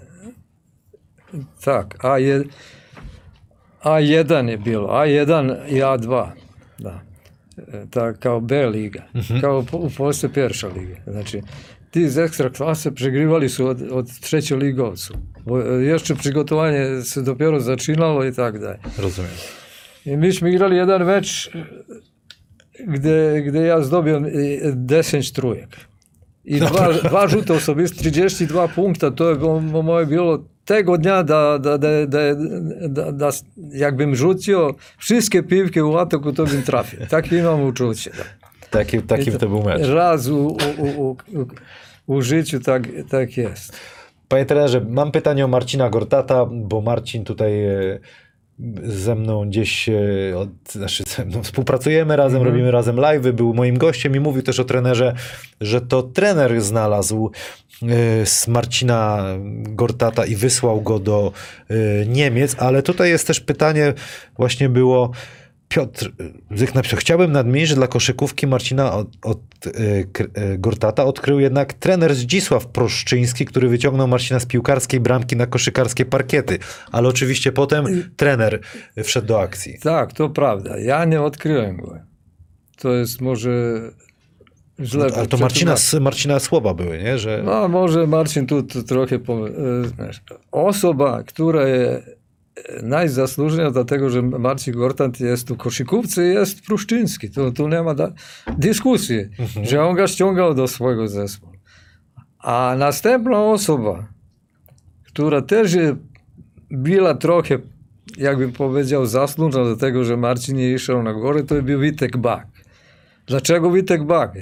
tak, A je, A jedan je bilo, A jedan i A dva, da. ta kao B liga, kao po- postoje perša liga. Znači, ti iz ekstra klase pregrivali su od, od treće ligovcu. Jeszcze przygotowanie se dopiero zaczynalo i tak dalje. Rozumiem. I myśmy igrali jedan meč gde, gde ja zdobio deset trujek. I dva, dva žuta osobista, trideset dva punkta, to je mo- moje bilo tego dnia da, da, da, da, da, da jakbym rzucił wszystkie piłki u ataku, to bym trafił. Tak imam uczucie. Da. Taki, taki to był mecz. Raz u, u, u, u, u życiu tak, tak jest. Panie trenerze, mam pytanie o Marcina Gortata, bo Marcin tutaj e, ze mną gdzieś, e, od, znaczy ze mną współpracujemy razem, Mhm. robimy razem live'y, był moim gościem i mówił też o trenerze, że to trener znalazł e, z Marcina Gortata i wysłał go do e, Niemiec, ale tutaj jest też pytanie, właśnie było, Piotr Zyk napisał, chciałbym nadmienić, że dla koszykówki Marcina od, od e, K- e, Gortata odkrył jednak trener Zdzisław Proszczyński, który wyciągnął Marcina z piłkarskiej bramki na koszykarskie parkiety. Ale oczywiście potem trener wszedł do akcji. Tak, to prawda. Ja nie odkryłem go. To jest może źle. Ale to Marcina, Marcina słowa były, nie? Że... No może Marcin tu, tu trochę po, e, znasz, osoba, która jest najzasłużniejsza dlatego, że Marcin Gortat jest u koszykówce, jest Pruszczyński. Tu, tu nie ma da, dyskusji, Mhm. że on go ściągał do swojego zespołu. A następna osoba, która też je była trochę, jakbym powiedział, zasłużona do tego, że Marcin nie išao na górę, to był Witek Bak. Dlaczego Witek Bak?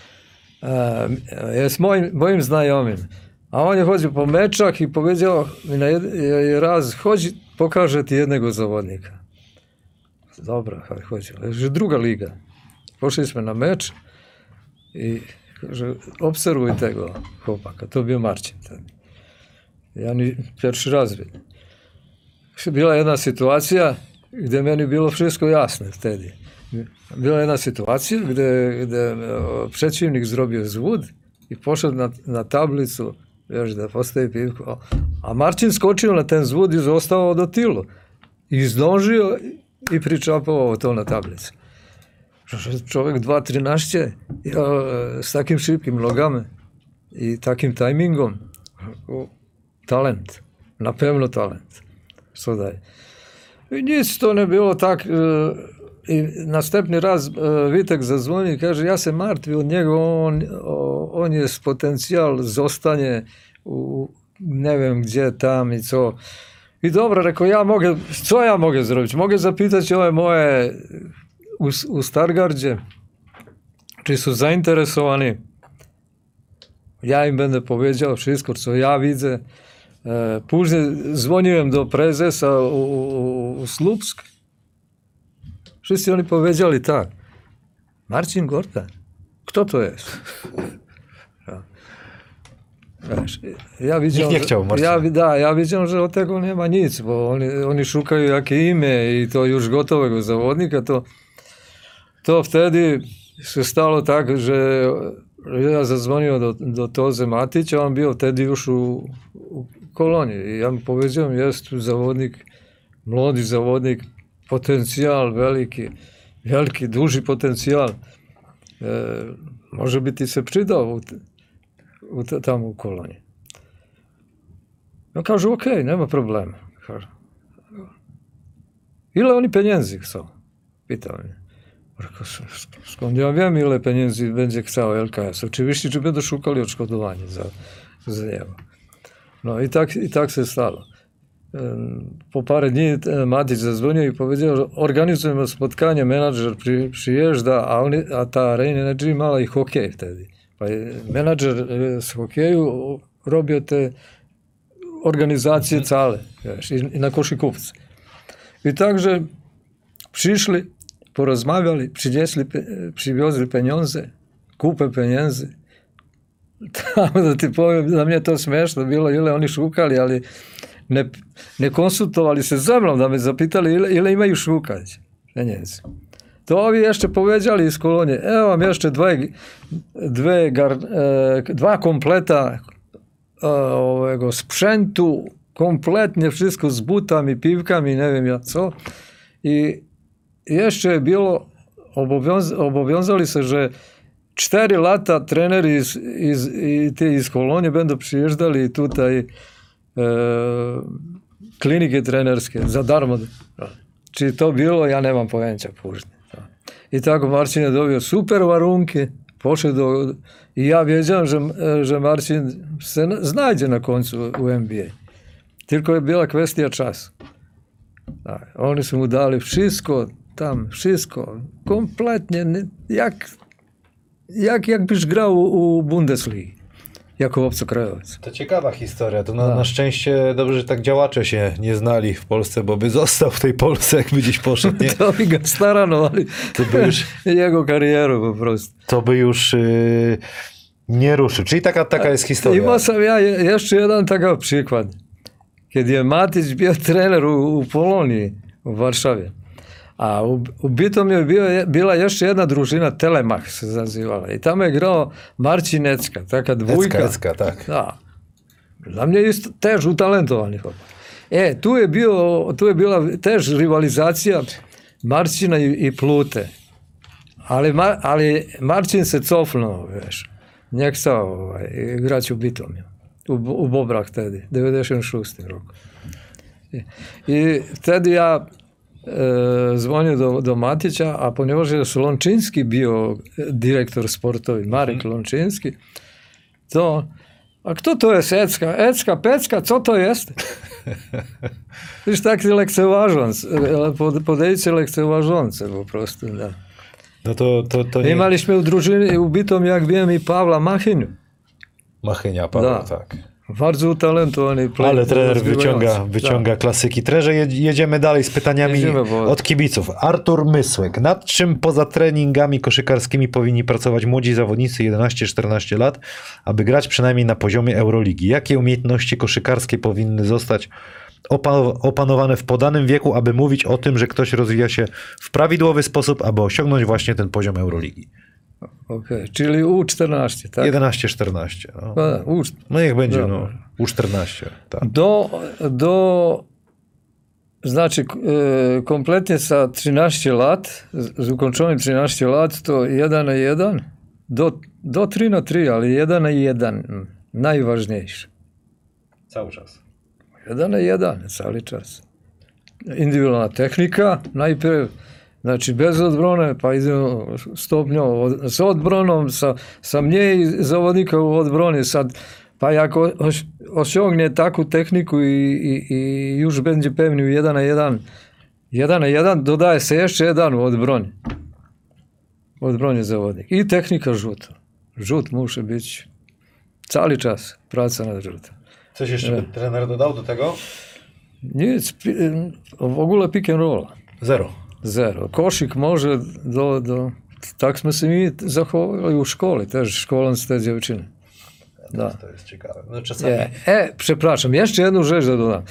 E, jest moim, moim znajomym. A on je chodził po meczach i powiedział mi na jed, raz, chodź, pokażę ti jednego zawodnika. Dobra, chodź, ale że druga liga. Poszliśmy na mecz i że obserwuj tego chłopaka. To był Marcin. Ja nie, pierwszy raz vidim. Bila jedna sytuacja, gdje meni bilo wszystko jasno wtedy. Bila jedna sytuacja, gdje, gdje przeciwnik zrobił zwód i poszedł na, na tablicu, wiesz, da postavi pivku. A Marcin skočio na ten zvod i zostao do tilu. I zdąžio i pričapao to na tablici. Čovjek dva trinaest, ja, s takim šipkim nogama i takim tajmingom, talent, napevno talent. Što daje. I nic to ne bilo tak. I następny raz Witek zadzwoni i kaže, ja se martwi od njega, on, on je potencijal, zostanie u, ne wiem gdje tam i co. I dobro, rekao, ja mogę, co ja mogę zrobić? Mogę zapytać ove moje u, u Stargardzie, czy są zainteresowani. Ja im będę powiedział wszystko, co ja widzę. E, później dzwoniłem do prezesa u, u, u Słupsk. Wszyscy oni powiedzieli tak. Marcin Gortat, kto to jest? Ja. Wiesz, ja widziałem, Nikt nie chciał Marcina. Ja, da, ja widziałem, że od tego nie ma nic, bo oni, oni szukają jakie imię i to już gotowego zawodnika. To, to wtedy się stało tak, że ja zadzwonił do, do Toze Matića, on był wtedy już u, u kolonii. I ja mu powiedziałem, jest tu zawodnik, młody zawodnik, potencijal veliki, veliki, duži potencijal. E, može bi ti se pridao u, u, tamo u koloniji. On kaže, ok, nema problema. Kaže, ile oni pieniędzy chcą? Pytał mnie. Rekao, skąd ja wiem, ile pieniędzy będzie chciał L K S? Oczywiście, że będą szukali odszkodowania za, za niego. No i tak, i tak się stało. Po parę dni Matić zadzwonił i powiedział, że organizujemy spotkanie, menadżer przy, przyjeżdża, a, oni, a ta Rain Energy imala i hokej wtedy. Pa je menadżer z hokeju robił te organizacje mm-hmm. całe, wiesz, i, i na koszykówce. I także przyszli, porozmawiali, przynieśli, przywiozli pieniądze, kupę pieniędzy. Tam, da ti poviem, za mnie to smiješno bilo, ile oni šukali, ali ne, ne konsultovali se za mnom da me zapitali ile, ile imaju šukać. Pieniędzy. To ovi jeszcze powiedzieli iz kolonije, evo vam jeszcze dve, dve gar, e, dva kompleta e, ovego sprzętu, kompletnie wszystko z butami, piwkami, ne wiem ja co. I jeszcze je bilo obowiąz, obowiązali se, że cztery lata treneri iz, iz, i te iz Kolonije będą przyjeżdżali tutaj e, kliniki trenerske za darmo. Czy to bilo, ja nemam pojęcia później. I tako Marcin je dobio super warunke, pošao do... I ja wiedziałem, że, że Marcin se znajdzie na końcu u N B A. Tylko je bila kwestia czasu. Tak, oni su mu dali wszystko tam, wszystko, kompletnie, jak, jak, jak byś grał u Bundesligi, jako obcokrajowiec. To ciekawa historia. To na, Tak. na szczęście dobrze, że tak działacze się nie znali w Polsce, bo by został w tej Polsce, jakby gdzieś poszedł. Nie? To by ga starano, ali To by już, jego karijeru po prostu. to by już yy, nie ruszył. Czyli taka, taka jest historia. Imao sam ja je- jeszcze jedan takav przykład. Kad je Matić bio trener u, u Poloniji, u Varšavi, a u, u Bitom je bio, bila još jedna družina, Telemach se zazivala. I tamo je igrao Marcin Ecka, taka dvojka. Ecka, Ecka, tak. Da. Za mnie isto tež utalentovani hopa. E, tu je, bio, tu je bila tež rivalizacija Marcina i, i Plute. Ali, Mar, ali Marcin se cofnuo, veš. Njeg sa ovaj, igrać u Bitomju. U, u Bobrach tedy, devedeset šesti rok. I, i wtedy ja e, dzwonię do, do Matića, a ponieważ jest Lončinski bio dyrektor sportowy, Marek Lončinski, to, a kto to jest Ecka? Ecka, Pecka, co to jest? Wiesz, taki lekceważąc, pod, podejście lekceważące po prostu, da. No to, to, to nie... Imaliśmy u drużyny, u Bitom, jak wiem, i Pawła Machyniu. Machynia, Paweł, Da. tak. Bardzo utalentowany play, Ale trener rozgrywający. wyciąga, wyciąga klasyki. Trenerze, jed- jedziemy dalej z pytaniami Jedziemy, bo- od kibiców. Artur Mysłek. Nad czym poza treningami koszykarskimi powinni pracować młodzi zawodnicy jedenaście czternaście lat, aby grać przynajmniej na poziomie Euroligi? Jakie umiejętności koszykarskie powinny zostać opa- opanowane w podanym wieku, aby mówić o tym, że ktoś rozwija się w prawidłowy sposób, aby osiągnąć właśnie ten poziom Euroligi? Okej, czyli U czternaście, tak? jedenaście czternaście. No. A, U, no niech będzie, no. Dobra. U czternaście. Tak. do, do, znači, k- e, kompletnie sa trzynaście lat, z, z ukończonym trzynaście lat, to jeden na jeden, do, do trzy na trzy, ale jeden na jeden, mm, najważniejsze. Cały czas. Jeden na jeden, cały czas. Indywidualna technika, najpierw, znači bez odbrone, pa idemo stopnjovo, od, s odbronom, sa, sa mniej zawodnika u odbroni, sad, pa ako os, osiągnie taku tehniku i, i, i już będzie pewni u jedan na jedan, jedan na jedan, dodaje se jeszcze jedan u odbroni. U odbroni zawodnik. I technika rzuta. Rzut musi być cały czas, praca nad rzutem. Coś jeszcze by trener dodał do tego? Nic, pi- w ogóle pick and roll. Zero. Zero. Košik može do, do... Tak smo se mi zachowali u školi, też školąc te dziewczyny. Da. To jest ciekawe. No czasami... E, e, przepraszam, jeszcze jedną rzecz da dodam.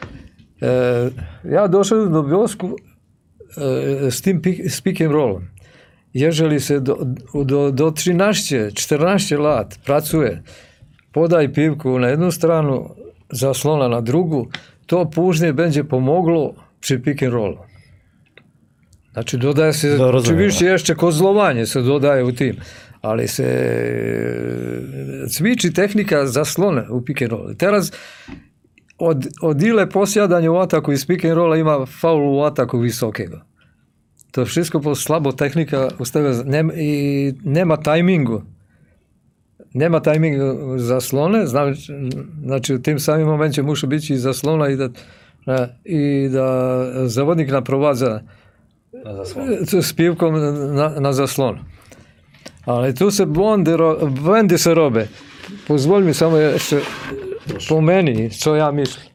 E, ja doszedłem do wniosku e, z tym pik, z pick and rollem. Jeżeli se do, do, do trzynaście czternaście lat pracuje, podaj piłku na jedną stronę, zaslona na drugą, to później będzie pomogło przy pick and rollu. Znači dodaje se, No, rozumiem. oczywiście jeszcze kozlowanie se dodaje u tim, ali se e, cviči tehnika zaslone u pick and roll. Teraz od, od ile posjadanja u ataku iz pick and rolla ima faul u ataku visokega. To wszystko po slabo tehnika ustave, nema, i nema tajmingu. Nema tajmingu zaslone, znači, znači u tim samim momencie musi biti i zaslona i da, i da zawodnik naprowadza Na zasłonie. z piłką na, na zaslon. Ale tu se błędy, ro, błędy se robią. Pozwól mi samo jeszcze po meni, co ja myślę.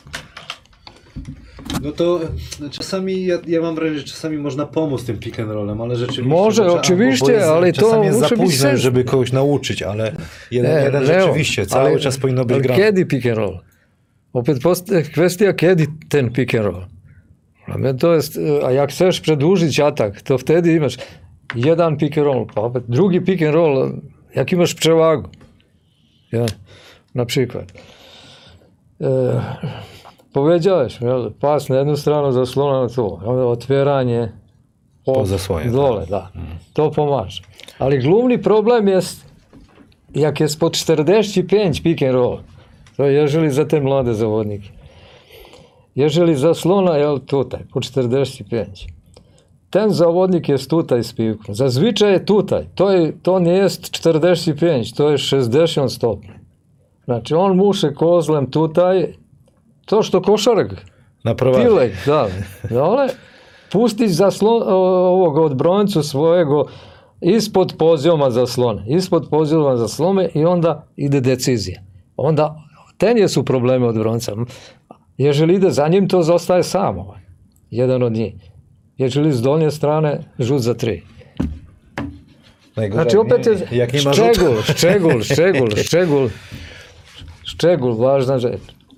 No to czasami, ja, ja mam wrażenie, że czasami można pomóc tym pick and rollem, ale rzeczywiście... Może, bo trzeba- oczywiście, bo jest, ale to czasami jest za musi być późno, sens. żeby kogoś nauczyć, ale jeden, E, jeden Leo, rzeczywiście, cały ale- czas powinno być ale grane. Kiedy pick and roll? Opet post- kwestia kiedy ten pick and roll. Dla mnie to jest, a jak chcesz przedłużyć atak, to wtedy masz jeden pick and roll, pa opet drugi pick and roll, jak imasz przewagę. Ja, na przykład. E, powiedziałeś, jel, pas na jednu stranu, zaslona na to, otwieranie, po, Po zasłonie, dole, da. To pomaže. Ali glavni problem jest, jak jest po czterdzieści pięć pick and roll, to jeżeli za te mlade zavodnike. Jeżeli zaslona je tutaj, po czterdzieści pięć. Ten zawodnik jest tutaj z piłką. Zazwyczaj je tutaj. To, je, to nie jest czterdzieści pięć, to jest sześćdziesiąt stopni. Znači, on musi kozlem tutaj, to što košark, Naprowadzi. pilek, da, ale pustić zaslon, ovog odbrancu svojego ispod pozijoma zaslone, ispod pozijoma zaslone i onda ide decizija. Onda, ten su problemi odbranca. Jeżeli ide za njim, to zostaje sam, ovaj, jedan od njih. Jeżeli z dolnje strane, žut za tri. Najgorzej, Znači, opet je jak nie, jak nie ma szczegól, rzutu. szczegól, szczegól, szczegól, szczegól, važna rzecz.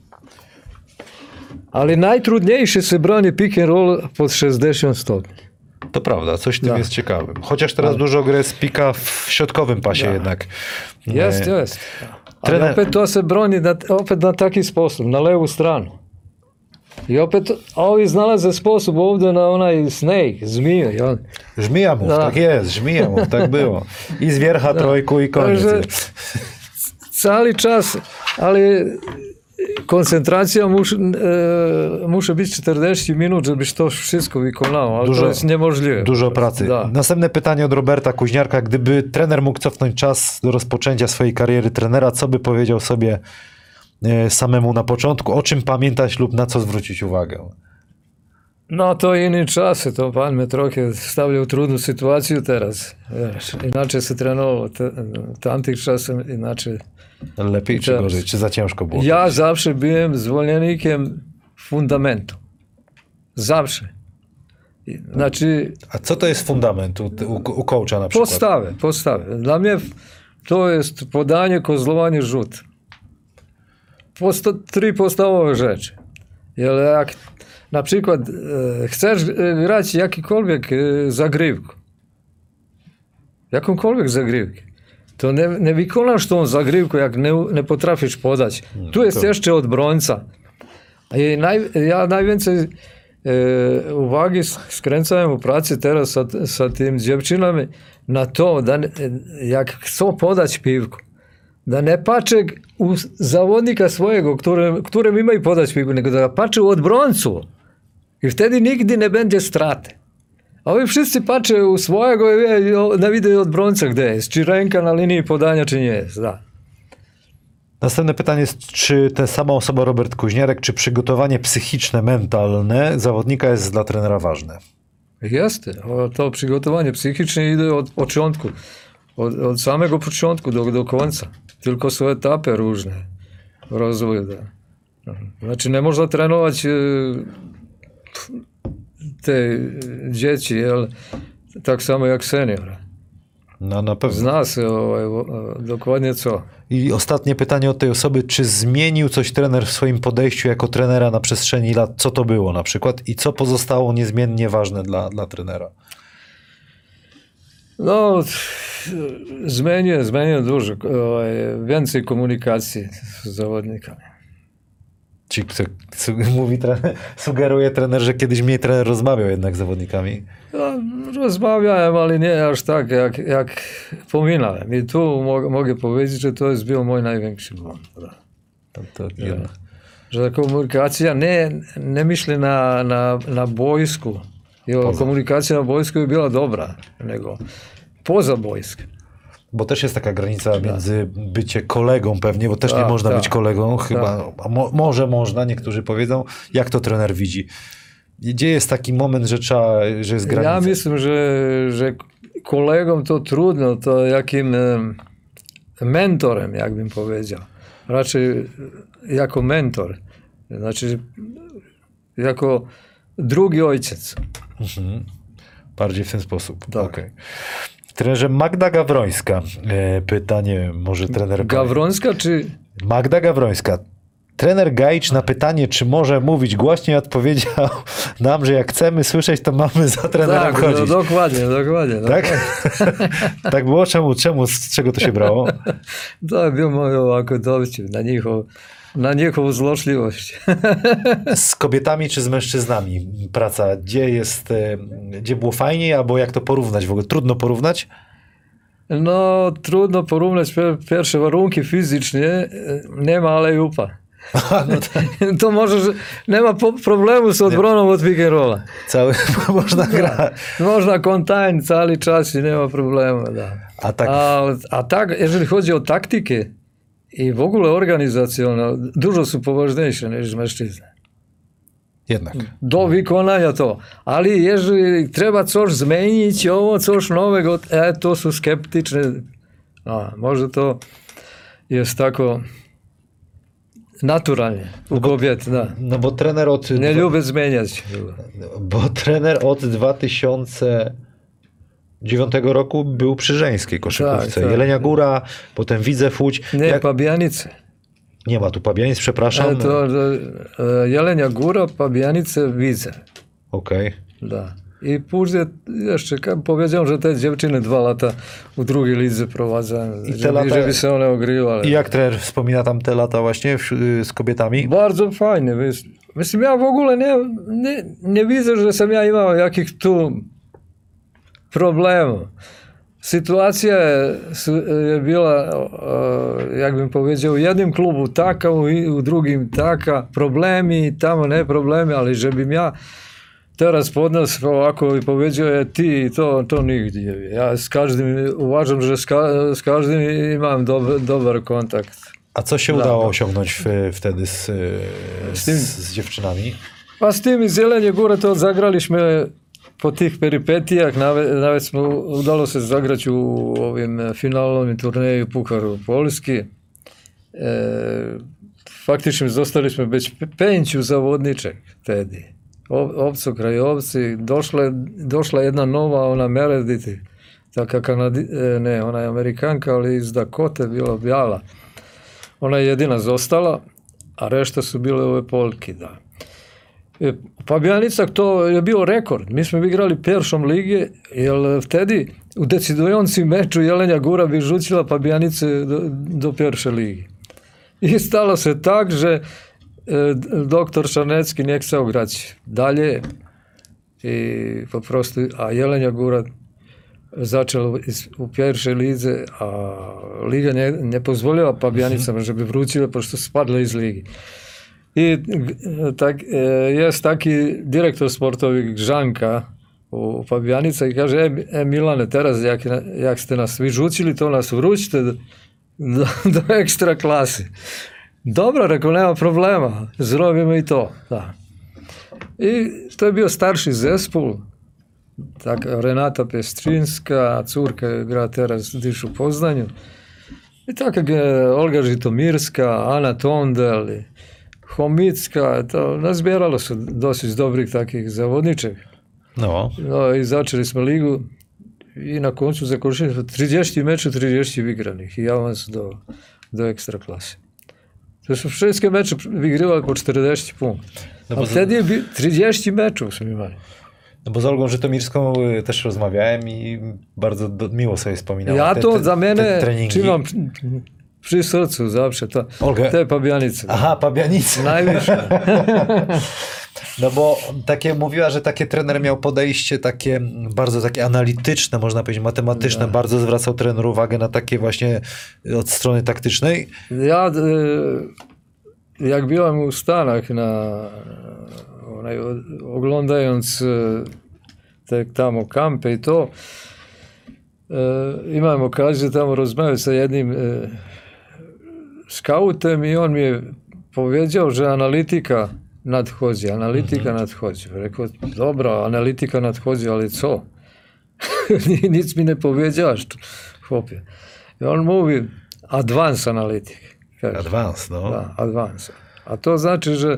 Ali najtrudniejszy se broni pick and roll pod sześćdziesiąt stopni. To prawda, coś w tym Da. jest ciekawym. Chociaż teraz dużo gry z pika w środkowym pasie Da. jednak. Jest, E, jest. Ali Trener- opet to se broni na, opet na taki sposob, na levu stranu. I opet ovi znalaze sposob ovdje na onaj snake, zmiju. I on, Żmija mów, Da. tak jest, żmija mów, tak było. I z wiercha trojku i koniec. Także cali czas, ali koncentracja musi, e, musi być czterdzieści minut, żebyś to wszystko wykonał, ale Dużo- to jest niemożliwe. Dużo pracy. Da. Następne pytanie od Roberta Kuźniarka. Gdyby trener mógł cofnąć czas do rozpoczęcia swojej kariery trenera, co by powiedział sobie e, samemu na początku? O czym pamiętać lub na co zwrócić uwagę? No to inne czasy, to pan mnie trochę stavlja u trudnu sytuaciju teraz. Wiesz, inače se trenowało te, tamtych czasów, inače. Lepiej czy Teraz. gorzej? Czy za ciężko było? Ja zawsze byłem zwolennikiem fundamentu. Zawsze. I- Znači, A co to jest fundament u, u, u coacha na przykład? postave, postave. Dla mnie to jest podanie, kozlowanie, rzut. Posta, tri podstawowe rzeczy. Jer jak na przykład e, chcesz e, grać jakikolwiek e, zagrywku, jakąkolwiek zagrywkę, to ne, ne wykonasz tą zagrywkę, jak nie, nie potrafisz podać. Tu jest to- jeszcze odbrońca. I naj, ja najwięcej e, uwagi sk- skręcałem u pracy teraz sa, sa tym dziewczynami na to, da ne, jak chcą podać piłkę, da ne pače u zawodnika swojego, którym, którym imaju podać piłkę, nego da pače u odbroncu. I wtedy nigdy nie będzie straty. A ovi wszyscy pače u swojego i wie- ne vide odbronca gde jest, czy ręka na linii podania, czy nie jest. Da. Następne pytanie jest, czy ta sama osoba Robert Kuźniarek, czy przygotowanie psychiczne, mentalne zawodnika jest dla trenera ważne? Jeste. O, to przygotowanie psychiczne ide od początku. Od, od samego początku do, do końca. Tylko są etapy różne w rozwoju. Da. Znači, ne można trenować e, te dzieci, jel, tak samo jak seniora. No na pewno. Zna se ovaj, o, o, dokładnie co. I ostatnie pytanie od tej osoby, czy zmienił coś trener w swoim podejściu jako trenera na przestrzeni lat? Co to było na przykład i co pozostało niezmiennie ważne dla, dla trenera? No, zmienię, zmienię dużo. Ovaj, więcej komunikacji z zawodnikami. Ci, kto, co mówi trener, sugeruje trener, że kiedyś mniej trener rozmawiał jednak z zawodnikami. Ja rozmawiałem, ale nie aż tak, jak, jak pominałem. I tu mo- mogę powiedzieć, że to jest był mój największy błąd. To, to jedno. Że komunikacja nie, nie myśli na, na, na boisku. Jo, Poza. komunikacja na boisku by była dobra, nego poza boiskiem. Bo też jest taka granica między bycie kolegą pewnie, bo też nie Tak, można tak. być kolegą, chyba, a mo, może można, niektórzy powiedzą, jak to trener widzi. Gdzie jest taki moment, że trzeba, że jest granica? Ja mislim, że, że kolegom to trudno, to jakim em, mentorem, jak bym powiedział. Raczej jako mentor. Znaczy, jako drugi ojciec. Mhm. Bardziej w ten sposób. Tak. Okej. Trenerze Magda Gawrońska. E, pytanie, może trener... Gawrońska czy... Magda Gawrońska. Trener Gajcz na pytanie, czy może mówić głośniej, odpowiedział nam, że jak chcemy słyszeć, to mamy za trenerem Tak, chodzić. no, dokładnie, dokładnie. Tak? Tak było? Czemu? Czemu? Z czego to się brało? To był mój ovako dowcip na njihov na njihovu zlošljivość. Z kobietami czy z mężczyznami praca? Gdzie jest, e, gdzie było fajniej, albo jak to porównać w ogóle? Trudno porównać? No, trudno porównać pierwsze warunki fizycznie, nema ale i upa. No to To możesz, nema po, problemu z odbroną od pick and rolla. cały można grać. Można kontajn cały czas i nema problemu. Da. A tak, A, a tak, jeżeli chodzi o taktykę i w ogóle organizację, no, dużo są poważniejsze niż mężczyzny. jednak. Do wykonania to. Ali jeżeli trzeba coś zmienić, ovo, coś nowego, e, to są skeptyczne. A, może to jest tako naturalnie u kobiet, da. No bo trener od... Nie lubię zmieniać. Bo trener od dwa tysiące dziewiątego roku był przy żeńskiej koszykówce. Tak, tak. Jelenia Góra, potem Widzew Łódź. Nie, Jak... Pabianice. Nie ma tu Pabianic, przepraszam. E, to, e, Jelenia Góra, Pabianice, Widzew. Okej. Da. I później jeszcze jak powiedział, że te dziewczyny dwa lata u drugiej lidze prowadzą, I te żeby, lata- żeby się one ogrywały. I jak trener wspomina tam te lata właśnie wśród- z kobietami? Bardzo fajnie. Wiesz. Mislim, ja w ogóle nie, nie, nie widzę, że sam ja imao jakich tu problemów. Sytuacja su- je bila, e, jak bym powiedział, u jednym klubu taka, u, u drugim taka, problemi, tamo ne problemi, ali żebym ja teraz podniósł ovako i powiedział, je, ti to, to nigdje. Ja z każdym uważam, że z, ka- z każdym imam dob- dobar kontakt. A co się Da, udało da. osiągnąć w, wtedy z, z, tym- z dziewczynami? Pa s tim iz Jelenje Gore to zagraliśmy po tih peripetijah, nawet, nawet smo, udalo se zagrać u ovim finalnom turneju Pukaru Polski. E, faktično zostali smo već pięciu zawodniček tedy. O- Obco krajovci, došla, došla jedna nova, ona Meredith, taka Kanadi, e, ne, ona je Amerikanka, ali iz Dakote bila bijala. Ona je jedina zostala, a rešta su bile ove Polki, da. E, U Pabijanicach to je bio rekord. Mi smo igrali pierwszą ligę, jer wtedy u decydującym meczu Jelenia Góra wyrzuciła Pabijanice do, do pierwszej ligi. I stalo se tak, że e, doktor Szanecki nie chciał grać dalej. I po prostu, a Jelenia Góra zaczęła iz- u pierwszej lidze, a liga nie, nie pozwoliła Pabijanicama, żeby wróciły, po prostu spadły iz ligi. I g- tak, e, jest taki dyrektor sportowy Grzanka u Pabijanica i kaže, e, e Milane, teraz jak, jak ste nas wyrzucili, to nas wróćte do, do, do ekstra klasy. Dobro, rekao, nema problema, zrobimo i to. Da. I to je bio starši zespol, tak, Renata Pestrinska, curka gra teraz diš u Poznanju. I tako je Olga Žitomirska, Ana Tondel, i Homicka, to nazbieralo se dosyć dobrih takih zawodniček. No. No i začeli smo ligu i na koncu zakończyli smo trideset meča, trideset vygranih i avans do, do ekstra klase. To su wszystkie mecze wygrywali po czterdzieści punktów. No A bo z- wtedy bi- trzydzieści meczów smo imali. No bo z Olgą Żytomirską y, też rozmawiałem i bardzo do, miło sobie wspominałem. Ja te- to te- za te mene treningi. trzymam przy, przy sercu zawsze. To, Olga- te Pabianice. Aha, Pabianice. Najwyższe. No bo takie mówiła, że takie trener miał podejście takie bardzo takie analityczne, można powiedzieć matematyczne, bardzo zwracał trener uwagę na takie właśnie od strony taktycznej. Ja, e, jak byłem u Stanach, na, onaj, oglądając e, te tamo kampe i to, e, imam okazję tamo rozmawiać sa jednim e, skautem i on mi je powiedział, że analityka nadchodzi, analityka nadchodzi. Rekao, dobra, analityka nadchodzi, ale co? Nic mi nie powiedziałaś, chłopie. I on mówi, advance analityk. kaže. Advance, no. Da, advance. A to znači, że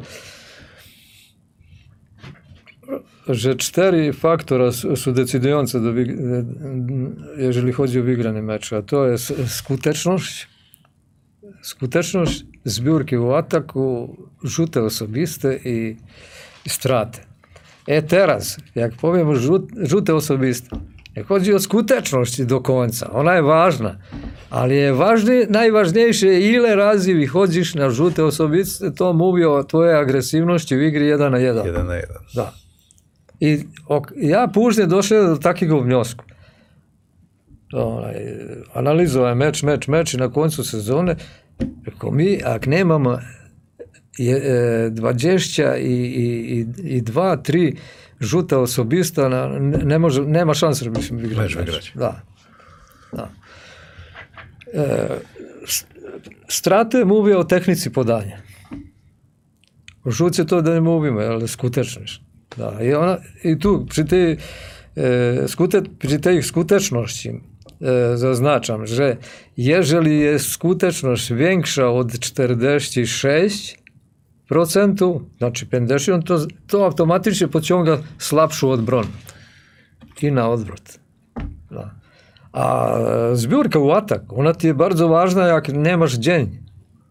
że cztery faktora su, su decydujące, do, wyg- jeżeli chodzi o wygrany mecz, a to jest skuteczność, skuteczność zbiórki u ataku, rzuty osobiste i, i straty. E teraz, jak powiem rzut, rzuty osobiste, jak chodzi o skuteczność do końca, ona je važna. Ali je važnije, najvažnije ile razi vychodziš na žute osobice, to mówi o tvojej agresivnosti u igri jedan na jedan. Jeden na jeden. Da. I ok, ja później došao do takiego wniosku. Onaj, analizovao je meč, meč, meč i na koncu sezone rekao mi, ak nemamo je, e, dvadeset i, i, i dva, tri žuta osobista, na, ne, ne može, nema šanse da bismo igrali meč. Da. Da. E, Strate mówi o technici podania. U žuce to da ne mówimy, ale skuteczność. Da. I, ona, I tu przy tej, e, skute, przy tej skuteczności e, zaznaczam, że jeżeli jest skuteczność większa od czterdzieści sześć procent, znači pedeset, to, to automatycznie pociąga słabszą odbronę. I na odwrót. Da. A zbiórka u atak, ona ti je bardzo ważna jak nemaš dzień.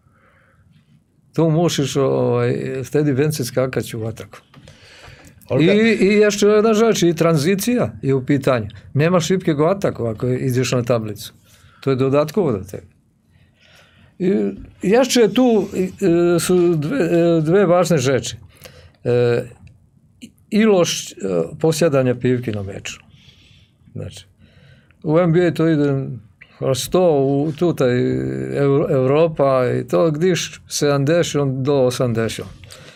Tu musisz ovaj, wtedy więcej skakać u ataku. I, I jeszcze jedna rzecz, i tranzicija je u pitanju. Nema šipkego ataku ako ideš na tablicu. To je dodatkovo do tebe. I jeszcze tu e, su dve, e, dve važne rzeczy. E, ilość e, posjedanja pivki na meču. Znači, u N B A to ide sto, u tutaj Europa i to gdyż sedemdziesiąt do osiemdziesiąt.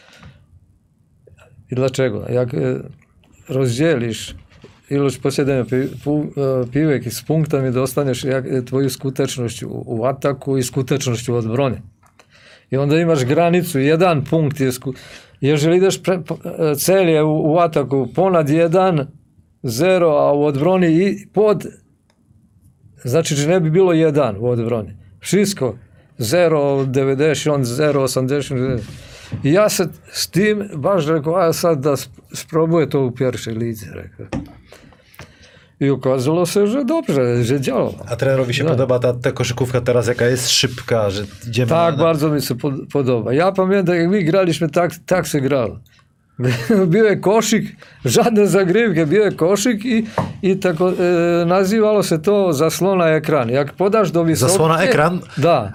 I dlaczego? Jak rozdzielisz ilość posiadania pi, pu, piłek z punktami, dostaniesz jak, twoju skuteczność u, u ataku i skuteczność u odbroni. I onda imaš granicu, jedan punkt je, sku, jeżeli ideš pre, celje u, u ataku ponad jedan, zero, a u odbroni i pod, znači že ne bi bilo jedan u odbroni. Wszystko, zero, devedeset, zero, osamdeset. I ja se s tim baš rekao, a sad da sprobuje to u pierwszej lidze, rekao. I okazało się, że dobrze, że działało. A trenerowi się no. podoba ta, ta koszykówka teraz, jaka jest szybka, że idziemy Tak, na... bardzo mi się podoba. Ja pamiętam, jak my graliśmy, tak, tak się grało. Bio je košik, žadne zagrivke, bio je košik i, i tako, e, nazivalo se to zaslona ekran. Jak podaš do visoke... Zaslona ekran? Da.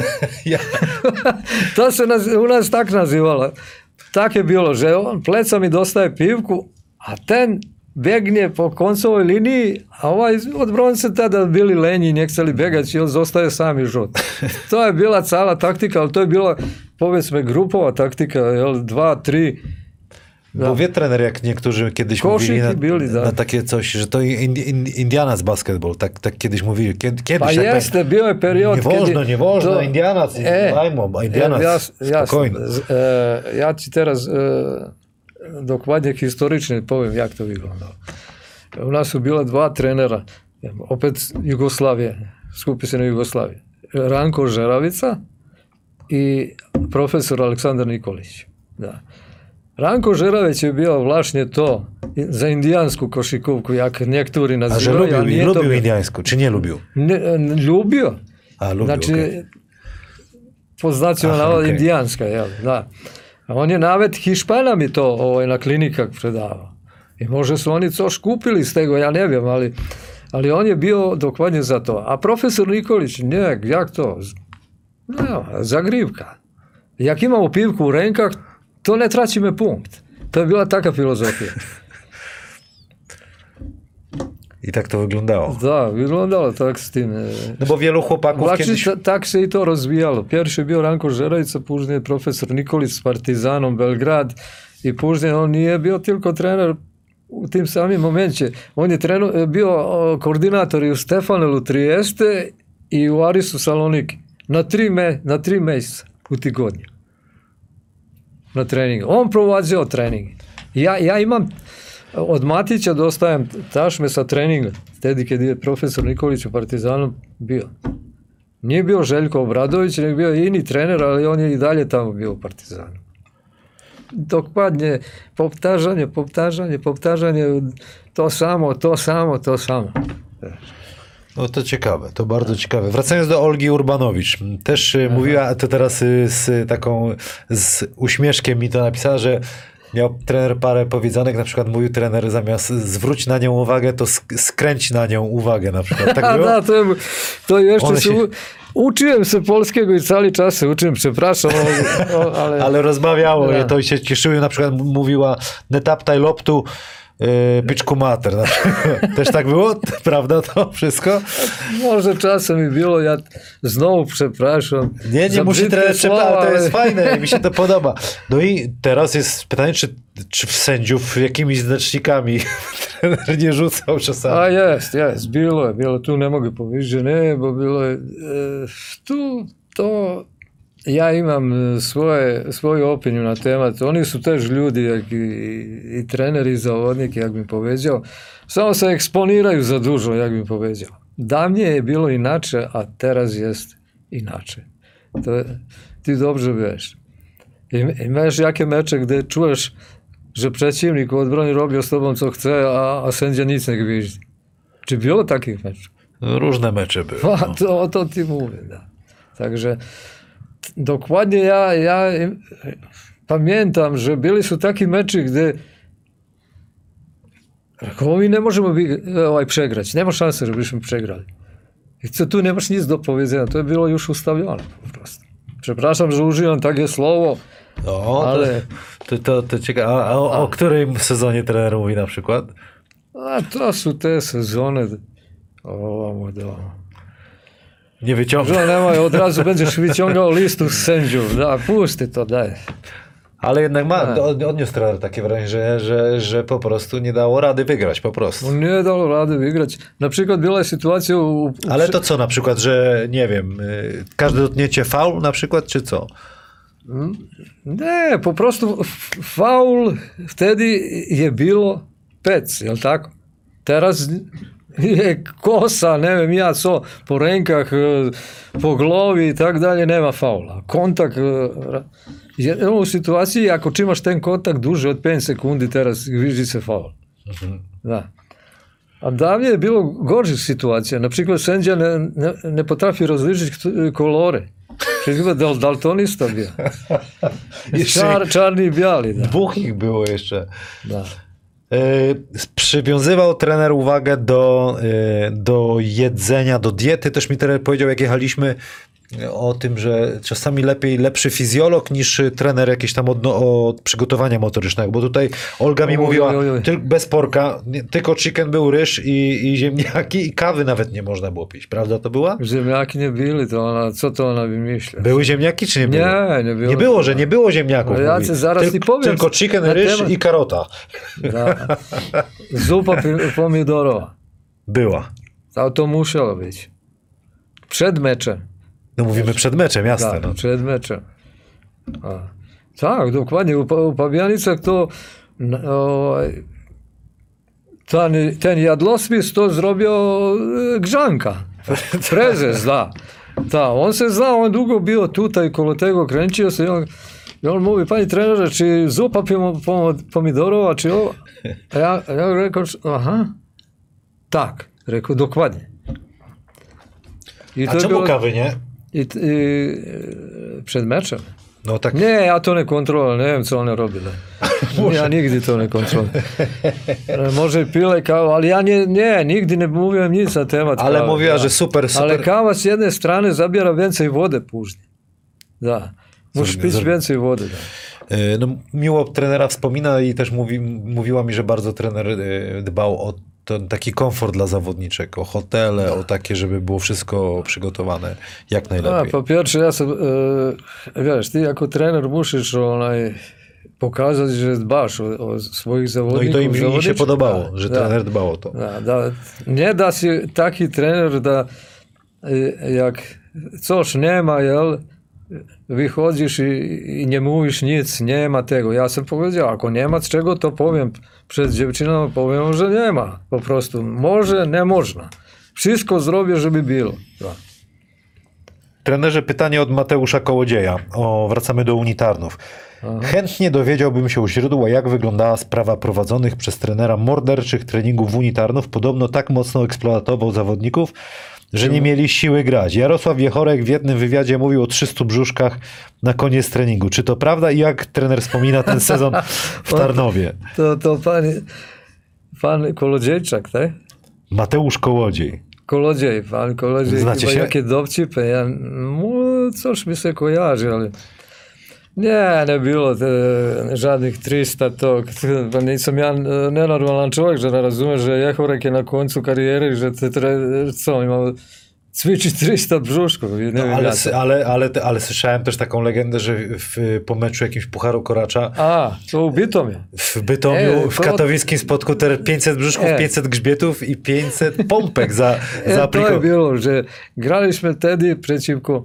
To se naz, u nas tak nazivalo. Tak je bilo, že on plecami dostaje pivku, a ten bjegne po koncovoj liniji, a ovaj odbronce tada bili lenji, ne htjeli begać i on zostaje sami žut. To je bila cała taktika, ali to je bila, powiedzmy, grupowa taktika, jel, dwa, trzy. Bo Da. wie trener, jak niektórzy kiedyś Koszyki mówili na, byli, da. na takie coś, że to in, in, Indianac basketball, tak, tak kiedyś mówili. Kiedy, kiedyś, Pa tak jeste, bio je period... Nie wolno, kiedy- nie wolno, to- Indianac, E, dajmo, Indianac, e, jas- jasno. spokojno. Z- e, ja ci teraz e, dokładnie historycznie powiem, jak to wyglądało. U nas su bila dva trenera, opet Jugoslavije, skupisane Jugoslavije. Ranko Žeravica i profesor Aleksandar Nikolić. Da. Ranko Žeravić je bio właśnie to za indijansku košikówku, jak niektórzy A że nazywali. lubił, ali nije to lubił bio. indiańską, czy nie lubił? Ne, n- ljubio. A, lubił, Znači, okej. po znacima Aha, navoda okej. indijanska, jel, da. A on je navet Hišpana mi to ovaj, na klinikak predavao. I može su oni coś kupili z tego, ja ne vjem, ali, ali on je bio dokładnie za to. A profesor Nikolić, ne, jak to? No, zagrivka. Jak imamo pivku u renkach, to ne tracime punkt. To je bila taka filozofija. I tak to wyglądało. Da, wyglądalo tak z tim. e, No bo wielu chłopaków Znači, kiedyś... ta- tak se i to rozvijalo. Pierwszy je bio Ranko Žeravica, później profesor Nikolić s Partizanom Belgrad i później on nije bio tylko trener u tim samim momencie. On je trenu, bio o, koordinator i u Stefanelu Trieste i u Arisu Saloniki. Na tri, me, na tri mjeseca u tygodniu. Na treningu. On provadzio trening. Ja, ja imam od Matića dostajem tašme sa treninga. Tedi kad je profesor Nikolić u Partizanu bio. Nije bio Željko Obradović, nego bio ini trener, ali on je i dalje tamo bio u Partizanu. Dokładnie powtarzanie, powtarzanie, powtarzanie, to samo, to samo, to samo. No to ciekawe, to bardzo ciekawe. Wracając do Olgi Urbanowicz, też Aha. mówiła, to teraz z taką, z uśmieszkiem mi to napisała, że miał trener parę powiedzonek, na przykład mówił trener zamiast zwróć na nią uwagę, to sk- skręć na nią uwagę na przykład. Tak było? Da, to, to jeszcze One się... się- Uczyłem się polskiego i cały czas się uczyłem, przepraszam, o, o, ale... Ale rozmawiało, Ja. to się cieszyły, na przykład mówiła nie taptaj loptu, yy, piczku mater. Na przykład. Też tak było? Prawda to wszystko? Może czasem i było, ja znowu przepraszam. Nie, nie za musi brzydkie trener słowa, przepraszać, to ale- jest fajne, mi się to podoba. No i teraz jest pytanie, czy, czy w sędziów jakimiś znacznikami trener nie rzucał czasami? A jest, jest, bilo je, bilo, tu ne mogu povići, že ne, bo bilo je, e, tu to, ja imam e, svoje, svoju opiniju na temat, oni su tež ljudi, jak i, i treneri, i zavodniki, jak bi powiedział, samo se eksponiraju za dužo, jak bi powiedział. Davnije je bilo inače, a teraz jest inače. To je, ti dobrze wiesz. I, imaš jakie mecze, gde čuješ, że przeciwnik u odbroni robi z tobą co chce, a, a sędzia nic nie gwizdzi. Czy było takich meczów? Różne mecze były. A, No. to o to ti mówię. Da. Także t- dokładnie ja, ja im- pamiętam, że byli su taki meczy, gdy rekao, mi ne možemo bi, ovaj, przegrać. Nema šanse, żebyśmy przegrali. I co tu nemasz nic do powiedzenia. To je bilo już ustawione po prostu. Przepraszam, że użyłem takie słowo, No, ale... to, to, to ciekawe. A, a o, o którym sezonie trener mówi na przykład? A to su te sezone. Ovamo da. Nie wyciągnę. Że nemoj, od razu będziesz wyciągał listu z sędziów. Da, pusti to, daj. Ale jednak ma, Tak. od- odniósł trener takie wrażenie, że, że, że po prostu nie dało rady wygrać, po prostu. On nije dalo rade wygrać. Na przykład była je sytuacja u, u, Ale to co na przykład, że nie wiem, y, każde dotknięcie faul na przykład, czy co? Ne, po prostu f- faul wtedy je bilo pec, jel tako? Teraz je kosa, ne vem ja co, po renkah, e, po glovi i tak dalje, nema faula. Kontakt, e, ra- je u situaciji, ako čimaš ten kontakt duže od pet sekundi, teraz gviždi se faul. Da. A davnije je bilo goržih situacija. Na przykład sędzia ne, ne, ne potrafi različiti kto- kolore. Chyba dal, daltonista bio. Jeszcze Čar, čarni i bijali, da. dwóch ich było jeszcze. da. Y, przywiązywał trener uwagę do, y, do jedzenia, do diety. Też mi trener powiedział, jak jechaliśmy, o tym, że czasami lepiej lepszy fizjolog niż trener jakiś tam od, od przygotowania motorycznego, bo tutaj Olga mi Oj, mówiła, oj, oj. tyl, bez porka, nie, tylko chicken był ryż i, i ziemniaki i kawy nawet nie można było pić. Prawda to była? Ziemniaki nie bili, to ona, co to ona wymyśla? Były ziemniaki czy nie było? Nie, nie było. Nie było, że nie było ziemniaków. No ja mówi. ci zaraz Tyl, ci powiem, Tylko chicken, na ryż temat- i karota. Da. Zupa pi- pomidorowa. Była. A to musiało być. Przed meczem. No mówimy przed meczem, jasne. Tak, No. przed meczem. A. Tak, dokładnie. U, Pa- u Pabianicach to n- ovaj, ten, ten jadlospis to zrobił e, Grzanka. Prezes, da. Da, on se zna, on dugo bio tutaj kolo tego, krenčio se i on, i on mówi, pani trenerze, czy zupa pom- pom- pomidorova, czy ovo? A ja, a ja rekao, aha, tak, rekao, dokładnie. I A je czemu bilo- kawy nie? I, t- i, e, przed meczem. No tak. Nie, ja to ne kontrolujem, ne wiem co one robile. Ja nigdy to ne kontrolujem. E, Może pile kavu, ali ja nie, nie, nigdy ne mówiłem nic na temat Ale kawy, mówiła, da. że super, super. Ale kawa z jednej strony zabiera więcej wody później. Da. Musisz Zor- pić zor- więcej wody. Da. Y, No, miło trenera wspomina i też mówi, mówiła mi, że bardzo trener y, dbał o ten taki komfort dla zawodniczek, o hotele, o takie, żeby było wszystko przygotowane jak A, najlepiej. po pierwsze, ja sam, e, wiesz, ty jako trener musisz onaj, pokazać, że dbasz o, o swoich No zawodników. i to im, im się zawodniczek. podobało, Da, że da. trener dbał o to. Da, da, nie da si taki trener da e, jak coś nie ma, jel, wychodzisz i, i nie mówisz nic, nie ma tego. Ja sam powiedział, ako nie ma z czego, to powiem przed dziewczyną, powiem, że nie ma. Po prostu może, nie można. Wszystko zrobię, żeby było. Da. Trenerze, pytanie od Mateusza Kołodzieja. O, wracamy do unitarnów. Chętnie dowiedziałbym się u źródła, jak wyglądała sprawa prowadzonych przez trenera morderczych treningów unitarnów. Podobno tak mocno eksploatował zawodników, że nie mieli siły grać. Jarosław Wiechorek w jednym wywiadzie mówił o trzystu brzuszkach na koniec treningu. Czy to prawda i jak trener wspomina ten sezon w Tarnowie? To, to pan, pan Kolodziejczak, tak? Mateusz Kołodziej. Kolodziej, pan Kolodziej. Znacie się? Jakie dowcipy, ja, no, coś mi se kojarzy, ale nie, ne bilo te, žadnih trista tog. Pa nisam ja nenormalan čovjek, že ne razumeš, že Jehorek je na koncu karijere, že te tre, co, imao cviči trzysta brzuszków. Nie No, wiem, ale, ja ale, to. ale, ale, ale słyszałem też taką legendę, że w, po meczu jakimś Pucharu Koracza A, to u Bytomie. w Bytomiu, E, w to- katowickim spotku te pięćset brzuszków, E. pięćset grzbietów i pięćset pompek za, E, to je zaaplikował. bilo, že graliśmy tedy przeciwko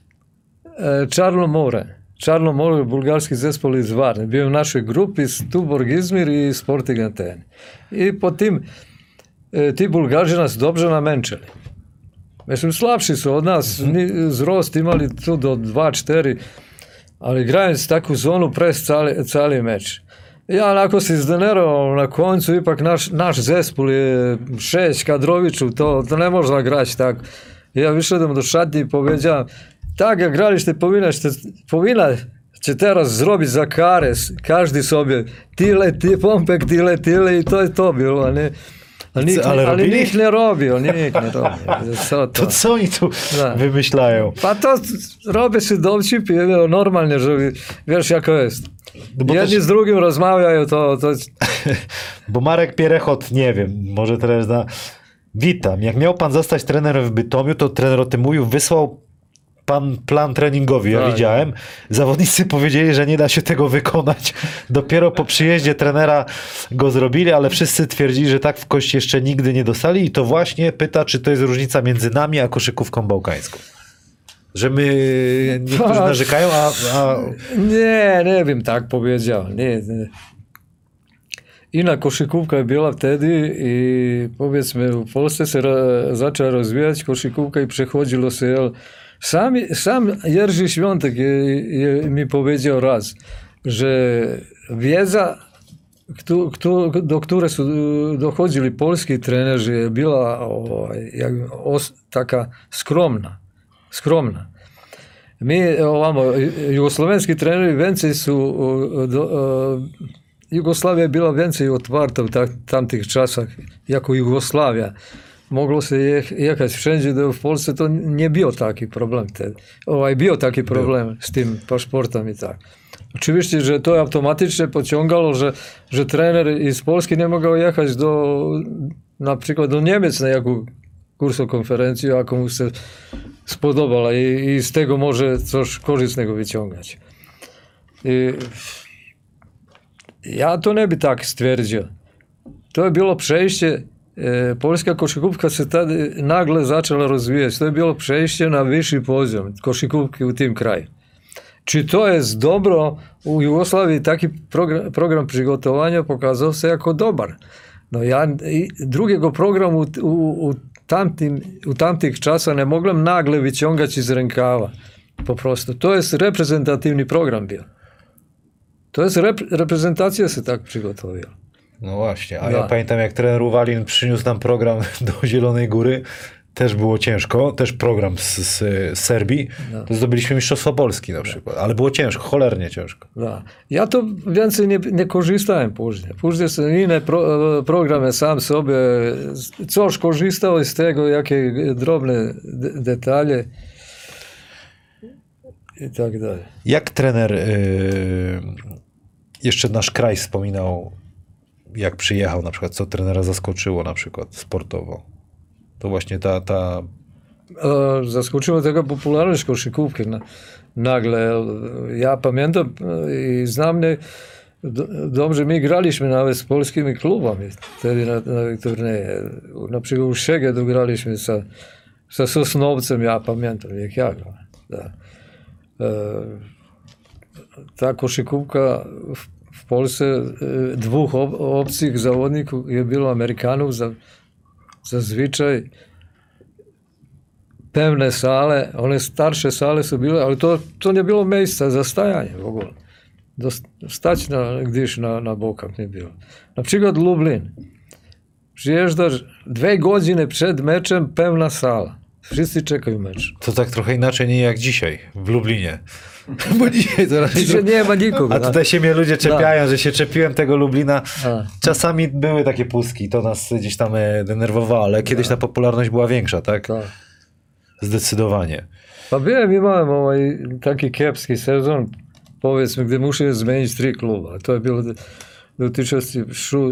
e, Čarno more. Čarno more je bulgarski zespol iz Varne. Bio je u našoj grupi Stuborg Izmir i Sporting Aten. I po tim, e, ti Bulgaži nas dobro namenčali. Mislim, slabši su od nas, ni, zrost imali tu do dva četiri, ali grajem takvu zonu pres cali, cali meč. Ja onako se izdenerao na koncu, ipak naš, naš zespol je šest kadroviću, to, to ne można grać tak. Ja wyszedłem do szatni i powiedziałem, tak jak graliście, powinnaście, powinna će teraz zrobić za kares, każdy sobie tyle, tyle, pompek, tyle, tyle i to je to bilo, a ne... Ali nik, Ale ali robili? nik ne robi, ali nik ne robi. Co to? To co oni tu Da. wymyślają? Pa to robe se dovčipi, evo, normalnie, że wiesz jako jest. No bo Jedni też- z drugim rozmawiają, to, to Bo Marek Pierechot, nie wiem, może trener zna. Witam. Jak miał pan zostać trenerem w Bytomiu, to trener o tym mówił, wysłał pan plan treningowy, ja Tak. widziałem. Zawodnicy powiedzieli, że nie da się tego wykonać. Dopiero po przyjeździe trenera go zrobili, ale wszyscy twierdzili, że tak w kość jeszcze nigdy nie dostali i to właśnie pyta, czy to jest różnica między nami a koszykówką bałkańską. Że my, niektórzy Tak. narzekają, a, a nie, ne bih tak powiedział. Nie, nie. Ina košikówka je bila wtedy i powiedzmy w Polsce se ra, zaczęła rozwijać koszykówka i przechodzilo się. Jel, sam, sam Jerzy Świątek je, je, mi powiedział raz, że wiedza, kto, kto, do które su dochodzili polski trenerzy, je bila ovaj, jak, os, taka skromna. Skromna. Mi ovamo, jugoslovenski treneri venci su do, Jugoslavija je bila więcej otwarta w tak, tamtych czasach, jako Jugoslavia. Moglo se jeh, jechać wszędzie, do, w Polsce to nie bio taki problem wtedy. Ovaj, bio taki problem z tym paszportem i tak. Oczywiście, że to automatycznie pociągało, że, że trener iz Polski nie mogao jechać do, na przykład do Niemiec na jaką kursokonferencję, ako mu se spodobala i, i z tego może coś korzystnego wyciągać. I, ja to ne bi tak stvrdio. To je bilo przejście, e, poljska košikówka se tad nagle začela rozwijać. To je bilo przejście na viši poziom košikówki u tim kraju. Či to jest dobro, u Jugoslaviji taki program, program przygotowania pokazał się jako dobar. No ja i drugiego programu u, u, u, tamtim, u tamtih časa ne mogłem nagle wyciągać iz rękawa. Po prostu. To jest reprezentativni program bio. To jest rep reprezentacja się tak przygotowała. no właśnie, a Da. ja pamiętam jak trener Uwalin przyniósł nam program do Zielonej Góry, też było ciężko, też program z, z, z Serbii, Da. to zdobyliśmy Mistrzostwo Polski na przykład, ale było ciężko, cholernie ciężko. Da. Ja to więcej nie, nie korzystałem później. Później sam inne pro, programy sam sobie, coś korzystał z tego, jakie drobne de detalje i tak dalej. Jak trener, yy, jeszcze nasz kraj wspominał, jak przyjechał na przykład, co trenera zaskoczyło na przykład sportowo? To właśnie ta, ta E, zaskoczyło tego popularność koszykówki na, nagle. Ja pamiętam i znam mnie, do, dobrze my graliśmy nawet z polskimi klubami wtedy na, na turnieje. Na przykład u Szegedu graliśmy sa, sa Sosnowcem, ja pamiętam jak ja grałem. Da. E, ta koszykówka w, w Polsce e, dwóch ob, obcych zawodników je bilo Amerykanów za, zazwyczaj pewne sale, one starsze sale su bile, ali to, to nie bilo miejsca za stajanje w ogóle. Dost, stać na, gdyż na, na bokach nie bilo. Na przykład Lublin. Przyjeżdżasz dwie godziny przed meczem, pełna sala. Wszyscy czekają mecz. To tak trochę inaczej nie jak dzisiaj w Lublinie. Bo dzisiaj to raczej... Dzisiaj nie ma nikogo. A tutaj się mnie ludzie czepiają, że się czepiłem tego Lublina. A. Czasami były takie pustki, to nas gdzieś tam e, denerwowało, ale kiedyś ta popularność była większa, tak? Tak. Zdecydowanie. Pa byłem, imałem ovaj taki kiepski sezon, powiedzmy, gdje muszę zmienić tri kluba. To je bilo dvije tisuće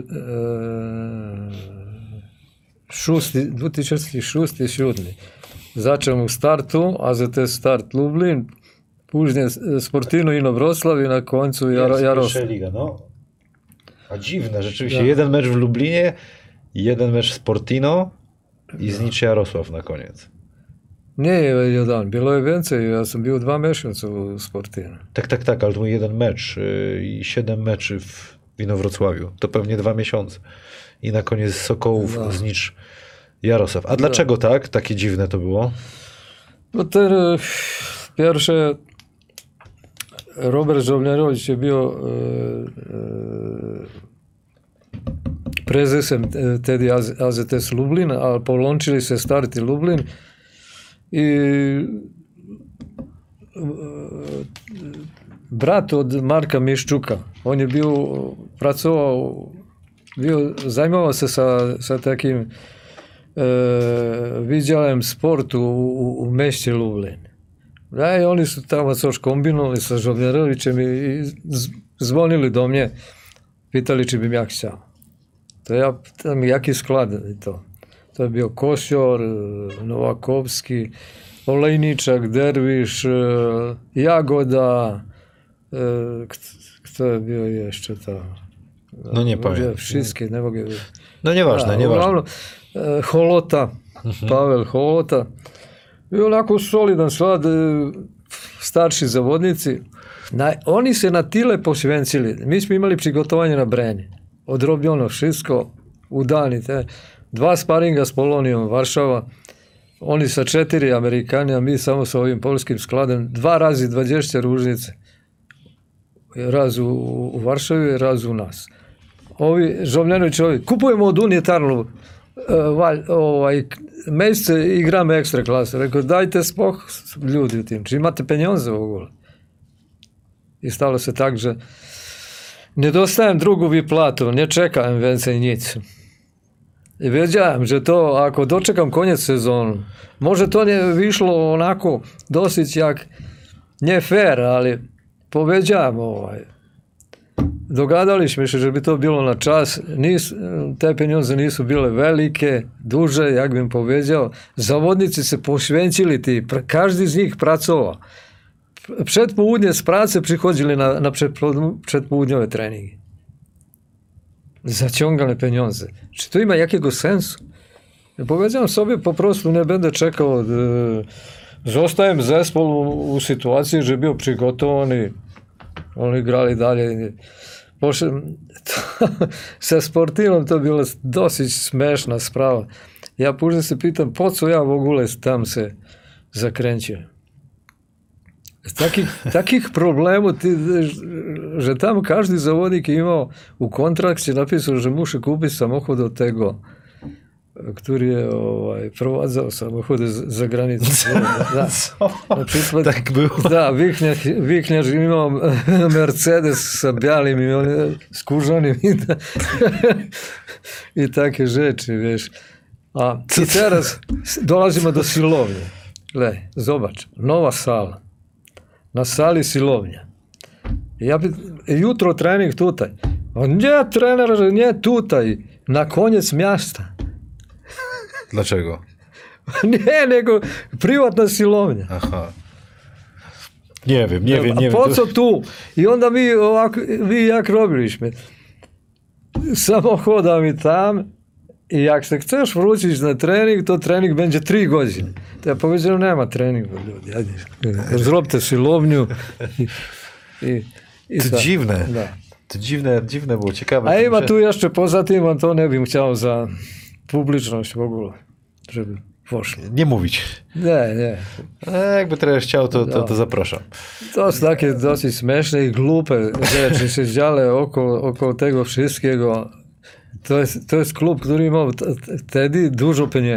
šesti šutni. Začem u startu, a za te start Lublin, później Sportino Ino Wrocław i na końcu Jaro- Jarosław. Liga, no. A dziwne, rzeczywiście. Jeden mecz w Lublinie, jeden mecz w Sportino i zniczy Jarosław na koniec. Nie je jedan, bilo je więcej, ja sam bio dva mešaca u Sportino. Tak, tak, tak, ale to był jeden mecz yy, i siedem meczy w Inowrocławiu. To pewnie dwa miesiące. I na koniec Sokołów No. znicz Jarosław. A dlaczego tak? Takie dziwne to było? No ten e, pierwsze Robert Żołnierowicz je bio e, e, prezesem e, tedy A Z T S Lublin, ali polončili se starti Lublin i e, brat od Marka Miščuka, on je bio, pracoval, bio, zajmoval se sa, sa takim e, viđalem sportu u, u mjeście Lublin. Da, i oni su tamo coś kombinuli sa Žovnjerovićem i, i z- zvonili do mnje, pitali či bim ja htjao. To ja pitam jaki sklad je to. To je bio Košor, Novakovski, Olejničak, Derviš, Jagoda, e, kto je bio jeszcze tamo? No nie pamiętam. Wszystkie, ne mogu... No nieważne, Da, nieważne. uglavnom, e, Holota, Pavel Holota. I onako solidan sklad, e, starši zavodnici. Na, oni se na tile posvencili. Mi smo imali prigotovanje na Brenje. Odrobljeno všetko u dani. Te. Dva sparinga s Polonijom Varšava. Oni sa četiri Amerikani, a mi samo sa ovim polskim skladem. Dva razi dvadeset ružnice. Raz u, u Varšavi, raz u nas. Ovi Žovljanović, ovi, kupujemo od unijetarnu valj, ovaj, mjesece i igramo ekstra klase. Rekao, dajte spoh ljudi u tim, či imate penjonze ogole. I stalo se tak, že ne dostajem drugu vyplatu, ne čekam więcej nic. I wiedziałem, że to ako dočekam koniec sezonu, może to nie wyszło onako dosyć jak nie fair, ali powiedziałem ovaj, dogadaliśmy się, żeby to bilo na czas. Nis, te pieniądze nisu bile velike, duže, jak bym powiedział. Zawodnicy se poświęcili ti, pr- każdy z nich pracował. Przed południe z pracy przychodzili na, na przedpo- przedpołudniowe treningi. Zaciągane pieniądze. Czy to ima jakiego sensu? Ja powiedziałem sobie, po prostu nie będę czekał. E, zostajem zespol u, u sytuacji, że był przygotowany. Oni grali dalje. Pošem, to, sa Sportinom to bilo dosyć smešna sprava. Ja później se pitam, po co ja w ogóle tam se zakręcił. Takich, takich problemów, ty, że tam każdy zawodnik imao u kontrakcie napisał, że muszę kupić samochód od tego, który je ovaj, prowadzał samochody z- za granicą. Da. Na przykład, Tak było. da, Wichniarz, Wichniarz imao Mercedes sa bialim i on, skórzanim i, da, i takie rzeczy, wiesz. A i teraz dolazimo do silovnje. Gle, zobacz, nova sala. Na sali silovnja. Ja bi, jutro trening tutaj. A nie, trener, nie tutaj. Na koniec miasta. Dlaczego? Nie, nego privatna silovnja. Aha. Nie wiem, nie wiem, nie A wiem. po co tu? I onda mi ovako, vi jak robiliśmy. Samochodami tam i jak se chceš wrócić na trening, to trening będzie tri godziny. To ja powiedziałem, nema treningu, ljudi. Ajde, zrobite silovnju. I, i, i To tak. dziwne. Da. To dziwne, dziwne było, ciekawe. A ima Że- tu jeszcze poza tym, a to ne bih chciał za publiczność w ogóle, żeby poszło. Nie mówić. Nie, nie. A jakby trener chciał, to, to, to Da. zapraszam. To su takie dosyć smešne i glupe rzeczy się dziale oko, oko tego wszystkiego. To jest, to jest klub, który imao t- t- tedy dużo pieniędzy.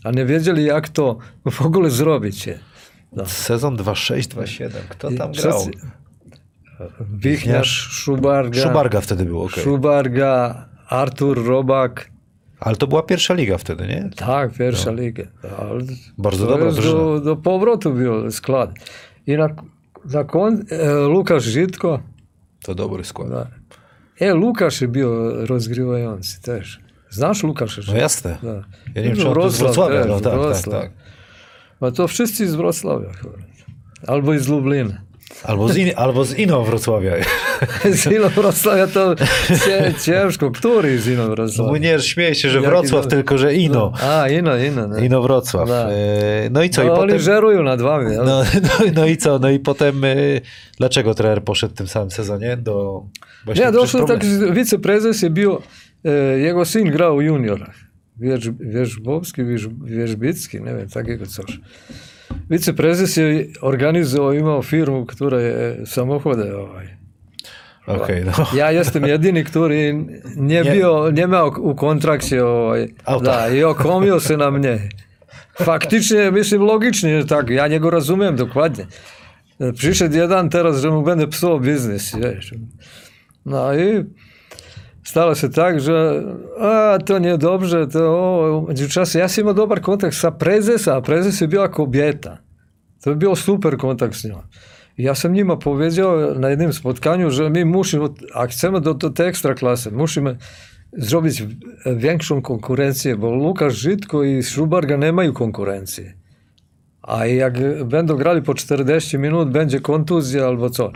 a nie wiedzieli jak to w ogóle zrobić. No. Sezon dwa sześć dwa siedem. Kto tam I grał? wszyscy- Wichniarz, Szubarga, Szubarga wtedy był, okej. Szubarga, Artur Robak. Ale to była pierwsza liga wtedy, nie? Tak, pierwsza liga. Ale Bardzo to dobra jest drużyna. do, do powrotu bio skład. I na, na kon, e, Lukasz Žitko. To dobry skład. Da. E, Lukasz je bio rozgrywający też. Znasz Lukasza? No jasne. Da. Ja nie wiem, czy on tu z Wrocławia. też, No tak, tak, Wrocław. tak. A to wszyscy z Wrocławia. chyba. Albo z Lublina. Albo z, in, albo z Ino Wrocławia. Z Ino Wrocławia to cie, ciężko. Który z Ino No Wrocławia? Munier śmieje się, że Jaki Wrocław, dobry. tylko że Ino. A, Ino, Ino. No. Ino Wrocław. Da. E, No i co? I No, oni potem... żerują nad wami. ale- No, no, no i co? No i potem e, dlaczego trener poszedł w tym samym sezonie do... Właśnie Nie, przecież došlo problem- tak, viceprezes je bio, e, jego sin grao u juniorach. Vjež, Vježbovski, Vjež, Vježbicki, ne vem, takega coś. Viceprezes je organizovao, imao firmu, która je samohode. Ovaj. Okej, no. Ja jestem jedini, który nie, Nie. bio, nie miał u kontrakcie ovaj, Auta. da, i okomio se na mnie. Faktycznie, mislim, logicznie je tak, ja njego razumiem dokładnie. Przyszedł jeden teraz, że mu będę psuo biznis, wiesz. No i stało się tak, że a, to niedobrze, to o, czas, ja sam imao dobar kontakt sa prezesa, a prezes je bila kobieta. To je bio super kontakt s njom. I ja sam njima powiedział na jednym spotkaniu, że my musimy, a chcemy do, do te ekstra klase, musimy zrobić większą konkurencję, bo Lukasz Žitko i Szubarga nemaju konkurencije. A jak będą grali po czterdzieści minut, będzie kontuzja albo co.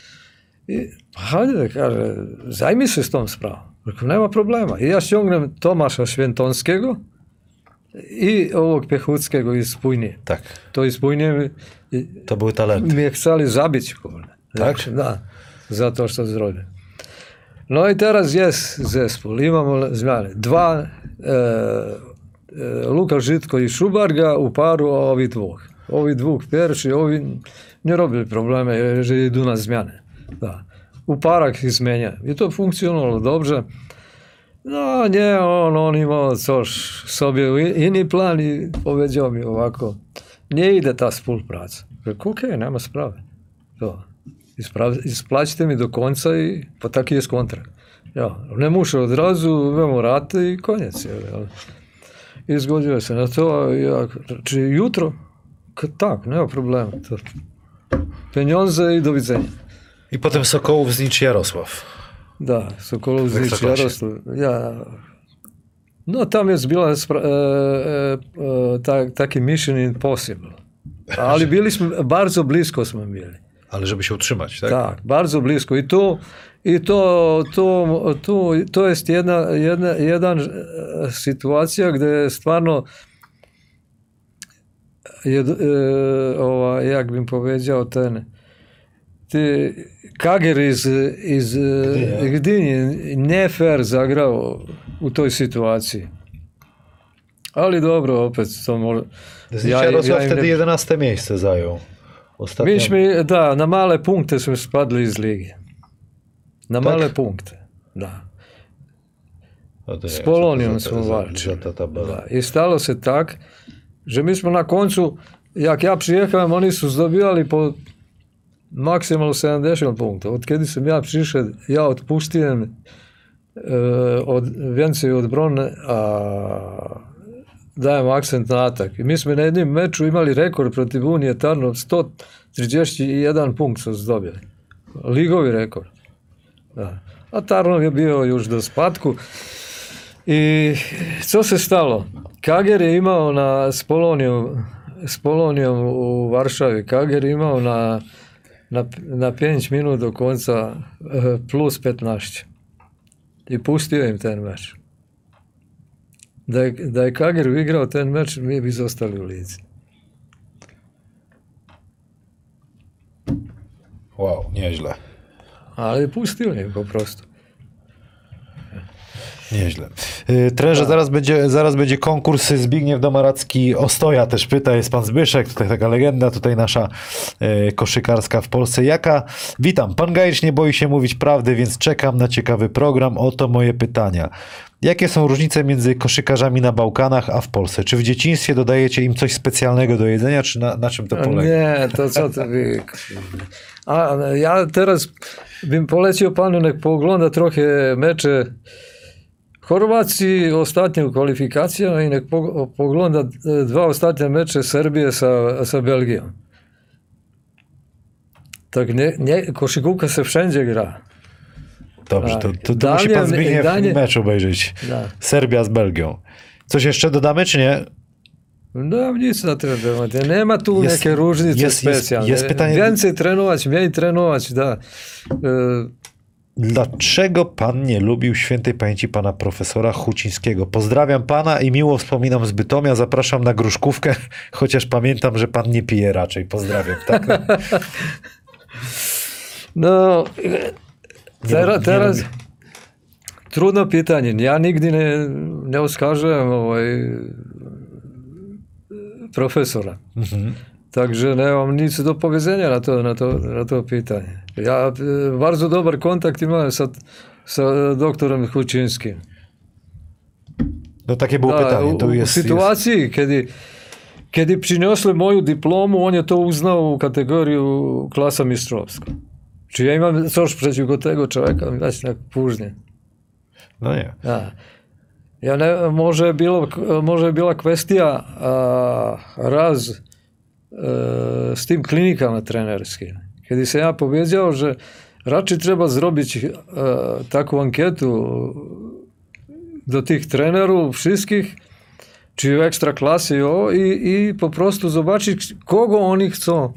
I hajde, kaže, zajmij się z tą sprawą. Rekao, nema problema. I ja ściągnę Tomasza Świętonskiego i ovog Pjehuckego iz Pujnije. Tak, To iz Pujnije mi, to były talenty. mi je htjeli zabići. Kurde. Tak? Da, zato što zrobili. No i teraz jest zespół. Imamo zmiany. Dva, e, e, Lukasz Žitko i Szubarga u paru ovih dvoch. Ovi dvoch perši, ovi ne robili probleme jer že idu na zmiane. Da. U parach ih zmenja. I to funkcionovalo dobrze. No nie, on, on imao coś sobie inni plan i powiedział mi ovako, nie ide ta współpraca. Rekao, okej, okay, nema sprave. To. Isprav- isplaćite mi do konca i pa taki jest kontrakt. Ja, ne muszę od razu, imamo rate i koniec. Je, ali. I zgodio se na to, ja, či jutro? K- tak, nema problema. To. Pieniądze i do widzenia. I potem Sokołów Znicz Jarosław. Da, Sokolov Znič, Ekstraklasie. Jaroslav. Ja, no tam jest bila spra- e, e, e, tak, taki mission impossible. Ali bili smo, bardzo blisko smo bili. Ale żeby się utrzymać, tak? Tak, bardzo blisko. I to, i to, to, to, to jest jedna, jedna, jedna e, sytuacja, gdje stvarno je, e, ova, jak bym powiedział, ten ty Kager iz, iz Gdynia. Gdyni ne fair zagrao u toj situaciji. Ali dobro, opet to może... Znicz Jarosław wtedy jedenaste miejsce zajął. Ostatnio... Myśmy, da, na male punkte smo spadli iz lige. Na Tak? male punkte, da. No to nie Z wiem, Polonijom co to za- smo za- walčili. za ta tabela. Da. I stalo se tak, že mi smo na koncu, jak ja przyjechałem, oni su zdobivali po maksimalno sedemdeset punktov. Od kiedy sam ja prišel, ja odpustijem e, od, więcej od brone, a dajem akcent na atak. I mi smo na jednim meču imali rekord protiv Unije Tarnov, sto trideset jedan punkt su zdobili. Ligovi rekord. Da. A Tarnov je bio još do spadku. I co se stalo? Kager je imao na, s Polonijom, s Polonijom u Varšavi, Kager je imao na, na, na pet minut do konca eh, plus petnaest. I pustio im ten meč. Da je, da je Kager igrao ten meč, mi bi zostali u lici. Wow, nieźle. Ali pustio im po prostu. Nieźle. Yy, Trenerze, zaraz będzie, zaraz będzie konkurs. Zbigniew Domaracki Ostoja też pyta, jest pan Zbyszek, tutaj taka legenda, tutaj nasza yy, koszykarska w Polsce. Jaka? Witam, pan Gajicz nie boi się mówić prawdy, więc czekam na ciekawy program. Oto moje pytania. Jakie są różnice między koszykarzami na Bałkanach a w Polsce? Czy w dzieciństwie dodajecie im coś specjalnego do jedzenia, czy na, na czym to polega? Nie, to co ty wy... A ja teraz bym polecił panu, nek pogląda trochę mecze Chorwacji ostatnju kvalifikacijama i nek pogląda dva ostatnja meče Srbije sa, sa Belgijom. Tak nie, nie, koszykówka se wszędzie gra. Dobrze, to, to, to Daniel, musi pan Zbigniew Daniel, mecz obejrzeć. Da. Serbia z Belgią. Coś jeszcze dodamy, czy nie? No nic na ten temat. Nema tu Jest- neke różnice jest- jest- specjalne. jest pytanie- Więcej trenować, mniej trenować, da. E, Dlaczego pan nie lubił świętej pamięci pana profesora Hucińskiego? Pozdrawiam pana i miło wspominam z Bytomia. Zapraszam na gruszkówkę, chociaż pamiętam, że pan nie pije raczej. Pozdrawiam. Tak? No, tera, nie teraz lubi- trudno pitanje. Ja nigdje ne, ne oskažujem ovaj, profesora. Mhm. Także nemam nic do powiedzenia na to, na to, na to pitanje. Ja e, bardzo dobar kontakt imam sa, sa doktorem Hučinskim. No takie było Da, pytanie. u, Tu u jest, situaciji kiedy, kiedy przyniosli moju diplomu, on je to uznao u kategoriju klasa mistrovska. Czy ja imam coś przeciwko tego człowieka, dać na później. jest... No nie. Da. Ja ne, može, je bilo, može je bila kvestija a, raz a, s tim klinikama trenerskim. Kiedy sam ja powiedział, że raczej treba zrobić a, takvu anketu do tih trenerów wszystkich, či u ekstra klasi i, ovo, i, i po prostu zobaczyć, kogo oni chcą.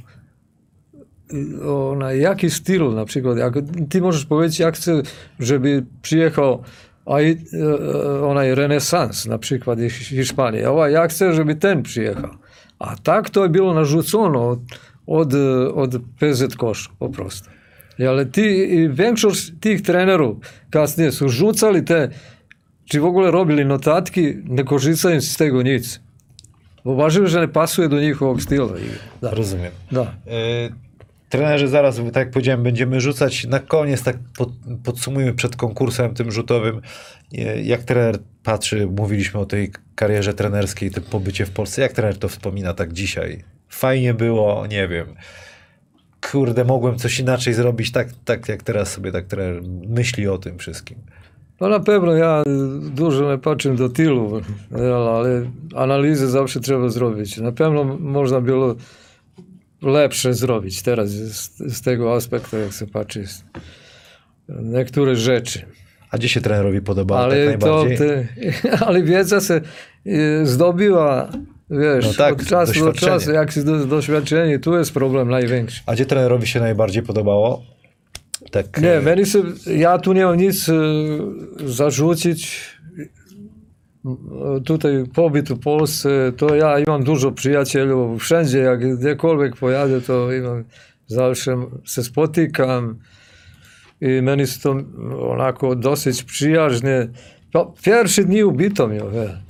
I, Onaj, jaki styl, na przykład. Ako ti možeš powiedzieć, jak chcę, żeby przyjechał a i, e, onaj renesans, na przykład iz Hiszpanii. A ovaj, ja chcę, żeby ten przyjechał. A tak to je bilo narzucone od, od, od P Z Koša, po prostu. I, ale ti, i większość tih trenerów kasnije su žucali te, či v ogóle robili notatki, ne korzystają z tego nic. Uważają, że nie pasuje do njihovog styla. Da. Rozumiem. Da. Y, Trenerzy, zaraz, tak jak powiedziałem, będziemy rzucać. Na koniec, tak pod, podsumujmy przed konkursem tym rzutowym. Y, Jak trener patrzy, mówiliśmy o tej karierze trenerskiej, tym pobycie w Polsce. Jak trener to wspomina tak dzisiaj? Fajnie było, nie wiem. Kurde, mogłem coś inaczej zrobić, tak, tak jak teraz sobie tak trener myśli o tym wszystkim. No na pewno ja dużo nie patrzę do tylu, ale analizy zawsze trzeba zrobić. Na pewno można było lepsze zrobić teraz z, z tego aspektu, jak się patrzy niektóre rzeczy. A gdzie się trenerowi podobało tak Ale, to, najbardziej? te, ale wiedza się e, zdobywa, wiesz, No tak, od czasu do doświadczenie. czasu, jak się do, doświadczenie, tu jest problem największy. A gdzie trenerowi się najbardziej podobało? Tak, Nie, e, meni se, ja tu nemam nic e, zarzucić. Tutaj pobyt u Polsce, to ja imam dużo prijateljów wszędzie, jak gdjekolwiek pojadę, to imam, zawsze se spotykam i meni su to onako dosyć przyjaźnie. Pa, pierwszy dni u Bytomiu,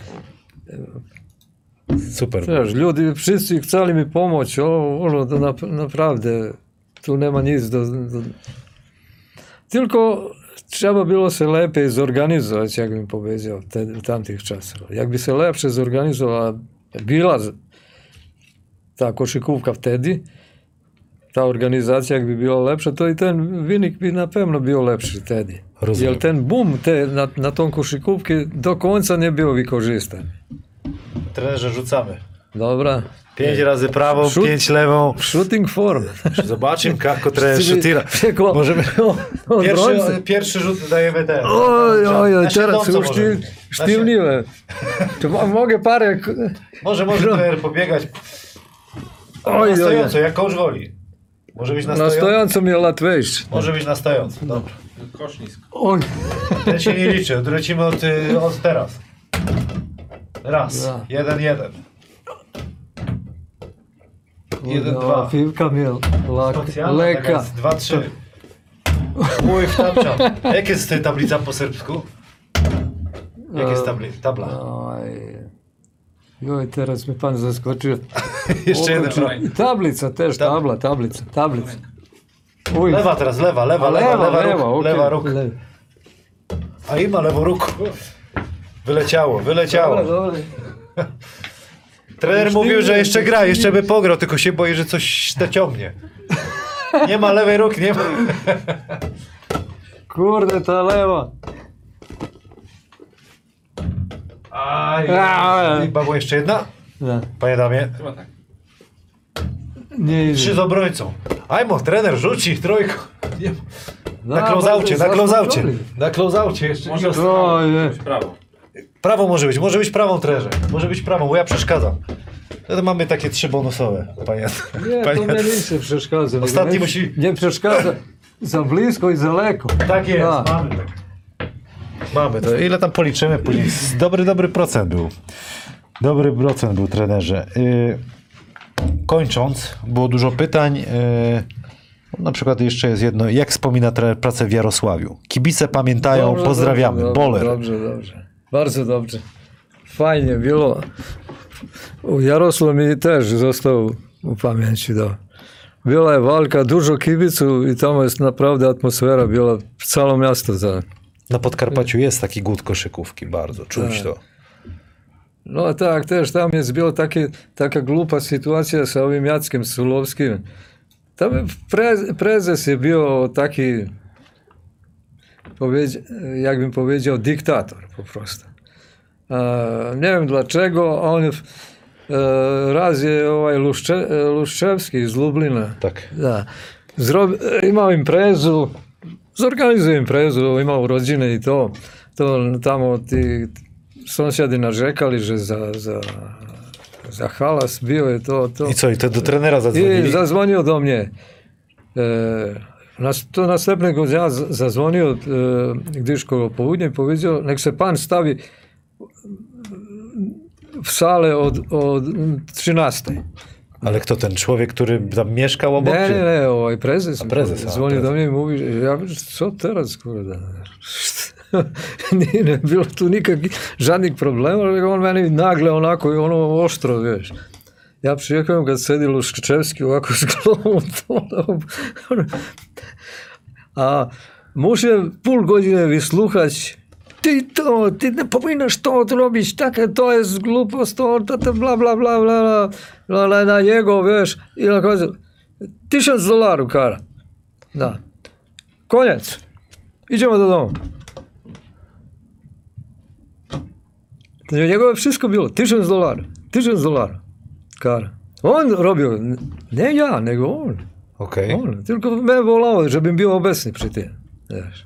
super. wiesz, ljudi wszyscy chcieli mi pomoć, o, ono, to na, naprawdę, tu nema nic do, do... Tylko trzeba było se lepiej zorganizować, jak bym powiedział, te, w tamtych czasach. Jakby se lepsze zorganizowała bila ta koszykówka wtedy, ta organizacja jakby była lepsza, to i ten wynik by na pewno był lepszy wtedy. Rozumiem. Jer ten boom te, na, na tą koszykówkę do końca nie był wykorzystany. Trenerze, rzucamy. Dobra. Pięć razy prawą, Szut- pięć lewą. Shooting form. Zobaczymy, jak trener szutira. Przeko- Możemy... o, Pierwszy, bronzy. pierwszy rzut dajemy ten. Oj, oj, oj, Na teraz siedząco już możemy. sztyw, Na sztywniłem. Czy mo- mogę parę... k- Może, może trener pobiegać. Oj, na oj, stojąco, jak coach woli. Może być na Na stojąco. stojąco mi łatwiejsze. Może być na stojąco. Dobra. Kosznisk. Oj. Ten się nie liczy. Lecimy od, y, od teraz. Raz. Ja. Jeden, jeden. Jeden, No, dwa. Piłka mi lak, Specjalna taka leka. jest. Dwa, trzy. Mój wtapczam. Jak jest tablica po serbsku? Jak jest tabli, tabla? Aj, joj, teraz mi pan zaskočio. Jeszcze jeden. Okruči- Tablica też, Tab- tabla, tablica, tablica. Uj. Lewa teraz, lewa, lewa, A lewa, lewa, lewa, lewa, okej. lewa róg. Lewa. A ima lewo ruku. Wyleciało, wyleciało. Dobra, dobra. Trener mówił, że jeszcze gra, jeszcze by pograł, tylko się boi, że coś te ciągnie. Nie ma lewej ruki, nie ma. Kurde, ta lewa. Aj, Aj. chyba była jeszcze jedna. Da. Panie damie, Chyba tak. Nie trzy idzie. z obrońcą. Ajmo, trener rzuci trójką. Nie ma. Na Da, close-aucie, na bardzo close-aucie. zaskoczony. Na close-aucie jeszcze. Może Może... O, nie. w prawo. Prawo może być, może być prawą trenerze. Może być prawą, bo ja przeszkadzam. To mamy takie trzy bonusowe, panie. Nie, panie. to mnie nic nie przeszkadza. Ostatni Nie- musi- Nie przeszkadza za blisko i za daleko. Tak jest, Da. mamy tak. Mamy to. Ile tam policzymy później? Dobry, dobry procent był. Dobry procent był, trenerze. Yy, kończąc, było dużo pytań. Yy, na przykład jeszcze jest jedno. Jak wspomina trener pracę w Jarosławiu? Kibice pamiętają, Dobrze, pozdrawiamy. Dobrze, Boler. Dobrze, dobrze. Bardzo dobrze. Fajnie było. U Jarosław mi też został u pamięci. Da. Była walka, dużo kibiców i tam jest naprawdę atmosfera była w całe miasto. Da. Na Podkarpaciu jest taki głód koszykówki, bardzo. Czuć Tak. to. No tak, też tam jest była takie, taka głupa sytuacja z ovim Jackiem Sulovskim. Tam pre, prezes je bio taki, powiedzi, jakbym powiedział, diktator po prostu. E, nie wiem dlaczego, on e, raz je ovaj Lušče, Luščevski iz Lublina. Tak. Da. Zrobi, imao imprezu, zorganizuje imprezu, imao rođine i to. To tamo ti sąsiadi narzekali, że za, za, za halas bio je to. to. I co? I to do trenera I zadzwonili? zadzwonio do mnie. E, nas, to następnego dnia z- zadzwonio, e, gdyż koło południa i powiedział, nek se pan stawi w salę od, od trzynastej. Ale kto ten człowiek, który tam mieszkał obok? Ne, czy- ne, ne, ovaj prezes. A, prezes, a, Zvoni prezes. do mnie i mówi, że ja co teraz, kurde. Nije ne, bilo tu nikakvih žadnih problema, nego on meni nagle onako i ono oštro, veš. Ja przyjechałem, kad sedi Luščevski ovako s glavom, to, ono, a muszę pół godziny wysłuchać, ty to, ty nie powinnaś to robić, takie to jest głupost, to, to, to bla, bla, bla, bla, bla, bla, bla, na jego, wiesz, i na końcu, tysiąc dolarów kara. Da. Koniec. Idziemy do domu. To Njegove wszystko bilo, tysiąc dolarów, tysiąc dolarów kara. On robił, nie ja, nego on. Okej. On, tylko mnie wolał, żebym był obecny przy tym. Wiesz.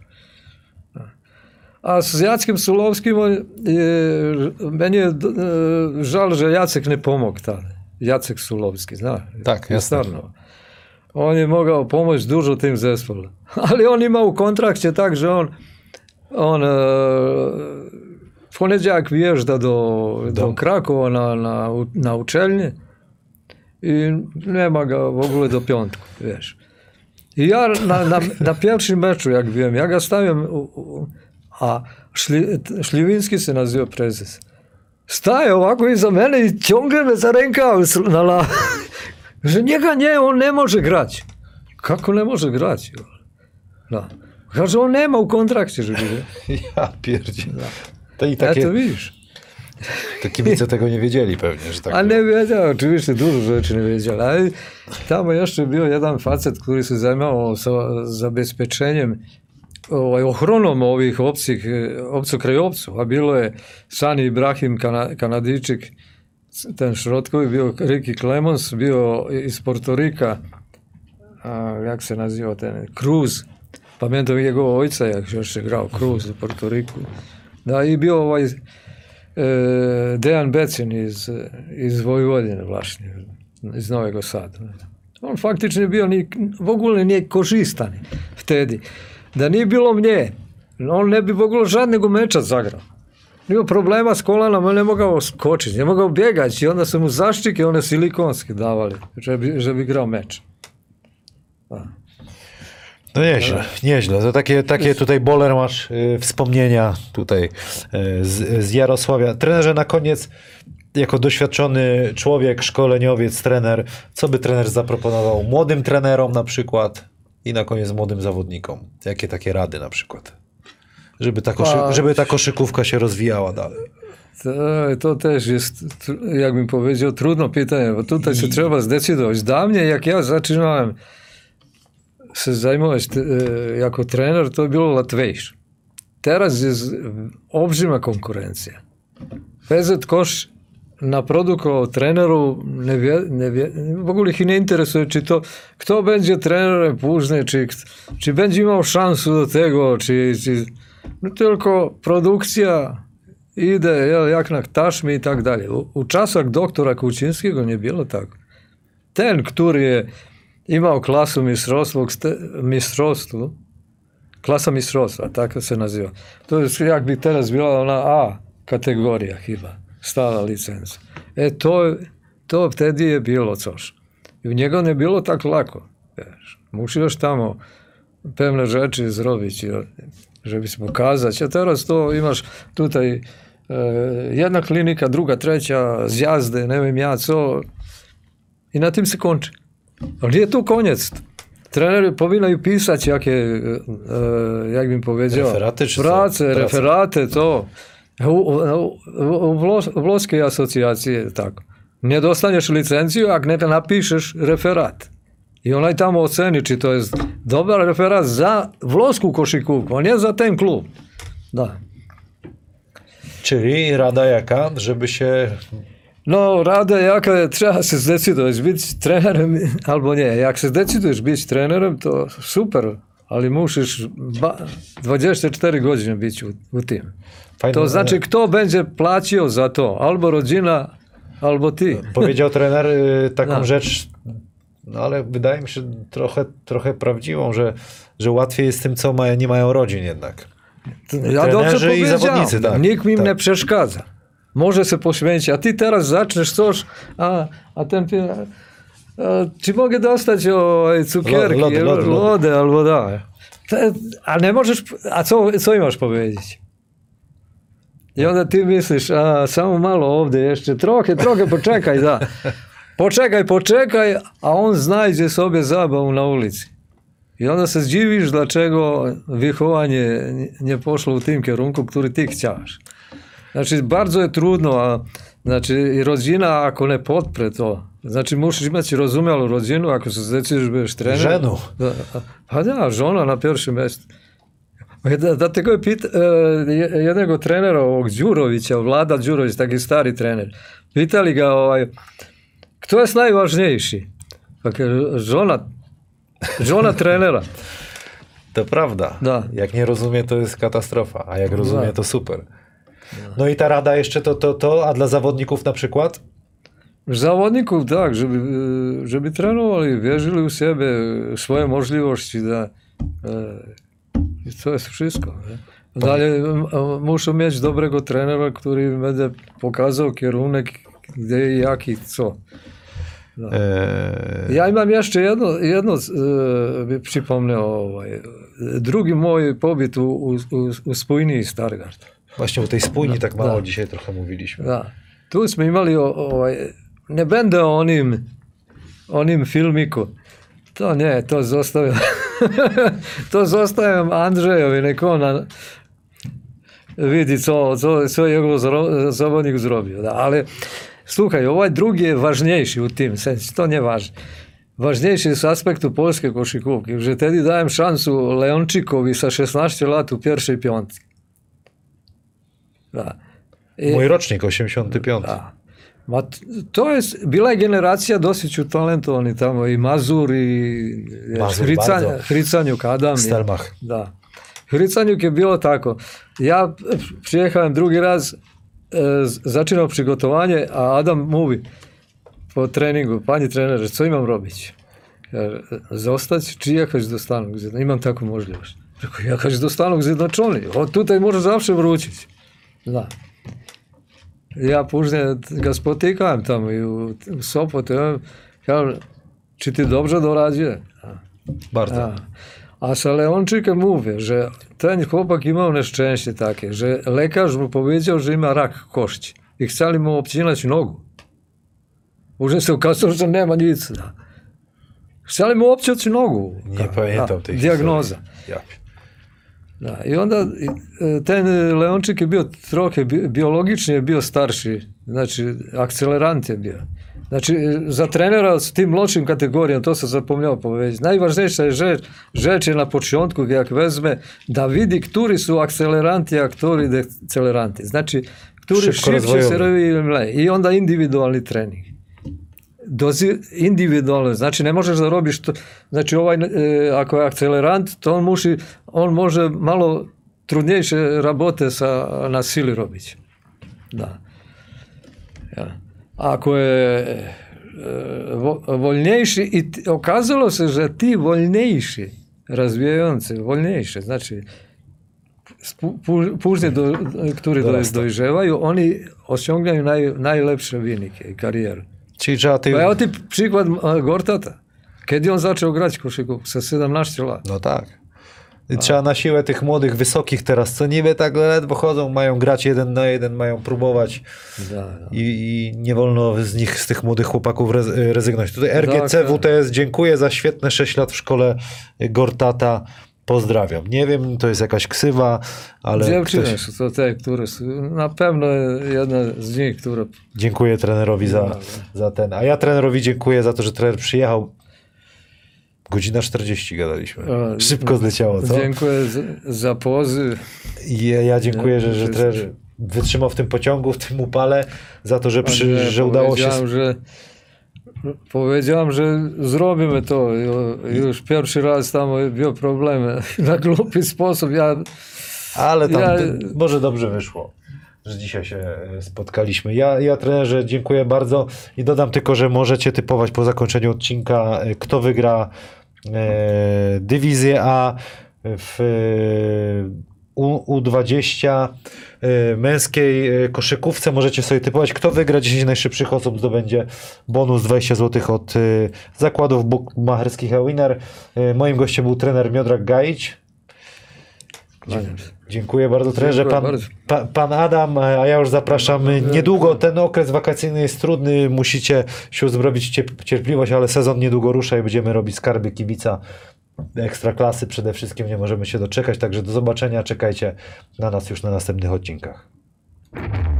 A z Jackiem Sulovskim on, e, mnie e, żal, że Jacek nie pomógł tam. Jacek Sulovski, zna. Tak, jasne. Starno. On je mogao pomoći dużo tim zespolu. Ali on ima u kontrakcie tak, że on, on e, w poniedziałek wjeżdża do, do Krakowa na, na, na uczelnię i nema ga w ogóle do piątku, wiesz. I ja na, na, na pierwszym meczu, jak wiem, ja ga stawiam, u, u, a Šli, Šljivinski se naziva prezes. Staje ovako iza mene i ciągle me za rękav na la... Że njega nie, on ne može grać. Kako ne može grać? Da. Kaže, on nema u kontrakcie, żeby... Ja pierdzie. To i Ja takie, to widzisz. te kibice tego nie wiedzieli pewnie, że tak A było. nie wiedział, oczywiście dużo rzeczy nie wiedział, ale tam jeszcze był jeden facet, który się zajmował za- zabezpieczeniem, ovaj, ochronom ovih obcih, obcokrajovców, a bilo je Sani Ibrahim Kana, Kanadičik, ten Šrotkovi, bio Ricky Clemons, bio iz Portorika, a, jak se naziva ten, Cruz, pamiętam jego ojca, jak još je grao Cruz u Portoriku. Da, i bio ovaj e, Dejan Becin iz, iz Vojvodine właśnie, iz Novego Sada. On fakticznie bio ni, w ogóle nie korzystany wtedy. Da nije bilo mnje, on ne bi w ogóle žadnego meča zagrao. Nije problema s kolanama, on ne mogao skočiti, ne mogao bjegati i onda su mu zaštike, one silikonske davali, že bi, že bi igrao meč. A. No nieźle, nieźle. To takie, takie tutaj boler masz y, wspomnienia tutaj y, z, z Jarosławia. Trenerze, na koniec, jako doświadczony człowiek, szkoleniowiec, trener, co by trener zaproponował młodym trenerom na przykład i na koniec młodym zawodnikom? Jakie takie rady na przykład? Żeby ta, koszy, żeby ta koszykówka się rozwijała dalej. To, to też jest, jak bym powiedział, trudno pytanie, bo tutaj się trzeba zdecydować. Dla mnie, jak ja zaczynałem się zajmować jako trener, to było łatwiejsze. Teraz jest olbrzyma konkurencja. P Z Kosz naprodukował trenerów, nie wie, nie wie, w ogóle ich nie interesuje, czy to, kto będzie trenerem później, czy, czy będzie miał szansę do tego, czy, czy no tylko produkcja idzie jak na taśmie i tak dalej. U, u czasach doktora Kuczyńskiego nie było tak. Ten, który imał klasę mistrzostwa, mistrzostwo, klasa mistrzostwa, tak się nazywa. To jest jakby teraz była na A kategoria chyba, stała licencja. E to, to wtedy je bilo coś. I w niego nie było tak lako. Wiesz. Musisz tam pewne rzeczy zrobić, żeby się pokazać. A teraz to imasz tutaj e, jedna klinika, druga, trzecia, zjazdy, nie wiem ja co. I na tym się kończy. Ale nie to koniec. Trenery powinni pisać jakie, e, jak bym powiedział, referaty, czy prace, co? referaty, to. U, u, u, Włos, włoskiej asocjacji tak. Nie dostaniesz licencję, jak nie napiszesz referat. I ona tam oceni, czy to jest dobry referat za włoską koszykówkę, a nie za ten klub. Da. Czyli rada jaka, żeby się... No, rada jaka, trzeba się zdecydować, być trenerem albo nie. Jak się zdecydujesz być trenerem, to super, ale musisz dwadzieścia cztery godziny być u, u tym. Fajne, to znaczy, kto będzie płacił za to? Albo rodzina, albo ty. Powiedział trener y, taką No. rzecz, no ale wydaje mi się trochę, trochę prawdziwą, że, że łatwiej jest tym, co mają, nie mają rodzin jednak. Ja dobrze Trenerzy i powiedziałem. zawodnicy, tak. Nikt mi tak. nie przeszkadza. Może się poświęcić, a ty teraz zaczniesz coś, a, a ten... A, czy mogę dostać o, cukierki, Lody, lody, lody. lody albo da. A nie możesz... A co, co im masz powiedzieć? I onda ty mislisz, a samo malo ovdje jeszcze, trochę, trochę poczekaj, da. Poczekaj, poczekaj, a on znajdzie sobie zabavu na ulici. I onda se zdziwisz, dlaczego wychowanie nie poszło u tym kierunku, który ty chciałeś. Znaczy, bardzo je trudno, a znaczy, rodzina ako ne podpre to, znači musisz imati rozumialu rodzinu, ako se zdecyduješ budeš trener. Ženu. Da, pa da, žona na pierwszym mjestu. Da, da tego je pita, uh, jednego trenera, ovog Đurovića, Vlada Đurović, taki stari trener, pitali ga, ovaj, kto je najvažnijši? Pa kaže, žona, žona trenera. To prawda. Da. Jak nie rozumie, to jest katastrofa, a jak rozumie, Da. to super. No i ta rada jeszcze to, to, to, a dla zawodników na przykład? Zawodników tak, żeby, żeby trenowali, wierzyli u siebie, swoje możliwości, da. I to jest wszystko. Nie? Dalej muszą mieć dobrego trenera, który będzie pokazał kierunek, gdzie i jak i co. No. Eee... Ja imam jeszcze jedno, jedno e, przypomnę, ovaj, drugi mój pobyt u, u, u, u Spójni i Stargard. Właśnie o tej spójni tak mało da. dzisiaj trochę mówiliśmy. Da. Tu smo imali, ovaj, ne będę o onim, onim filmiku. To nie, to zostawiam. to zostawiam Andrzejowi, nek on na, vidi co, co, co jego zro, zawodnik zrobił. Da. Ale słuchaj, ovaj drugi je važnejši u tim sensu, to nie važno. Važnejši z aspektu polske košikówki, że tedy dajem šansu Leončikovi sa šesnaest lat u pierwszej piątki. Da. I, Mój rocznik, osiemdziesiąty piąty. da. Ma, to jest, bila je generacija dosyć utalentovani tamo, i Mazur, i Mazur, Hrican, bardzo. Hricanjuk Adam. Stelmach. Da. Hricanjuk je bilo tako. Ja przyjechałem drugi raz, e, zaczynał przygotowanie, a Adam mówi po treningu, pani trenerze, co imam robić? Kaže, zostać czy jechać do Stanów Zjednoczonych? Imam taką możliwość. Rekao, jechać do Stanów Zjednoczonych. Od tutaj może zawsze wrócić. Da. Ja później ga spotykałem tam i u, u Sopotu. Ja, czy ty dobrze doradziłeś? Bardzo. A, A sa Leonczykiem mówię, że ten chłopak imał nieszczęście takie, że lekarz mu powiedział, że ima rak kości i chcieli mu obcinać nogu. Уже se ukazalo, że nie ma nic. Da. Chcieli mu obciąć nogu. Nie pamiętam tej Dijagnoza. Ja. Da. I onda ten Leonczyk je bio trochę biologicznie bio starszy, znači akcelerant je bio. Znači, za trenera s tim młodšim kategorijom, to sam zapomniał powiedzieć, najważniejsza rzecz, rzecz je na początku, jak wezme, da vidi którzy su akceleranti, a którzy deceleranti. Znači, którzy šipće se rovi mle. I onda individualni trening. Dozi, individualno, znači ne možeš da robiš to, znači ovaj, e, ako je akcelerant, to on, muši, on može malo trudniejsze rabote sa, na sili robić. Da. Ja. Ako je e, vo, voljniejszy i t, okazalo se, że ti voljniejszy, razwijający, voljniejszy, znači później, do, którzy dojrzewają, oni osiągają naj, najlepsze wyniki i kariery. Czyli trzeba tej... Pa evo ti przykład Gortata. Kiedy on zaczął grać koszykówkę? Sa siedemnaście lat. No tak. I trzeba na siłę tych młodych, wysokich teraz, co niby tak ledwo chodzą, mają grać jeden na jeden, mają próbować da, da. I, i nie wolno z nich, z tych młodych chłopaków rezygnować. Tutaj R G C W T S, dziękuję za świetne sześć lat w szkole Gortata. Pozdrawiam. Nie wiem, to jest jakaś ksywa, ale Dziewczyny ktoś... są to te, które są, na pewno jedna z nich, która... Dziękuję trenerowi za, za ten. A ja trenerowi dziękuję za to, że trener przyjechał. Godzina czterdzieści gadaliśmy. A, Szybko zleciało, co? Dziękuję za, za pozy. I ja, ja dziękuję, że, że trener wytrzymał w tym pociągu, w tym upale, za to, że, przy, że udało się... Że... Powiedziałem, że zrobimy to. Już pierwszy raz tam był problem. Na głupi sposób. Ja, Ale tam ja... może dobrze wyszło, że dzisiaj się spotkaliśmy. Ja, ja trenerze dziękuję bardzo i dodam tylko, że możecie typować po zakończeniu odcinka, kto wygra e, dywizję A w U dwadzieścia męskiej koszykówce. Możecie sobie typować, kto wygra. dziesięć najszybszych osób zdobędzie bonus dwadzieścia złotych od zakładów bukmacherskich Winner. Moim gościem był trener Miodrag Gajić. Dziękuję bardzo trenerze. Pan, pa, pan Adam, a ja już zapraszam niedługo. Ten okres wakacyjny jest trudny, musicie się uzbroić cierpliwość, ale sezon niedługo rusza i będziemy robić skarby kibica Ekstraklasy przede wszystkim. Nie możemy się doczekać, także do zobaczenia. Czekajcie na nas już na następnych odcinkach.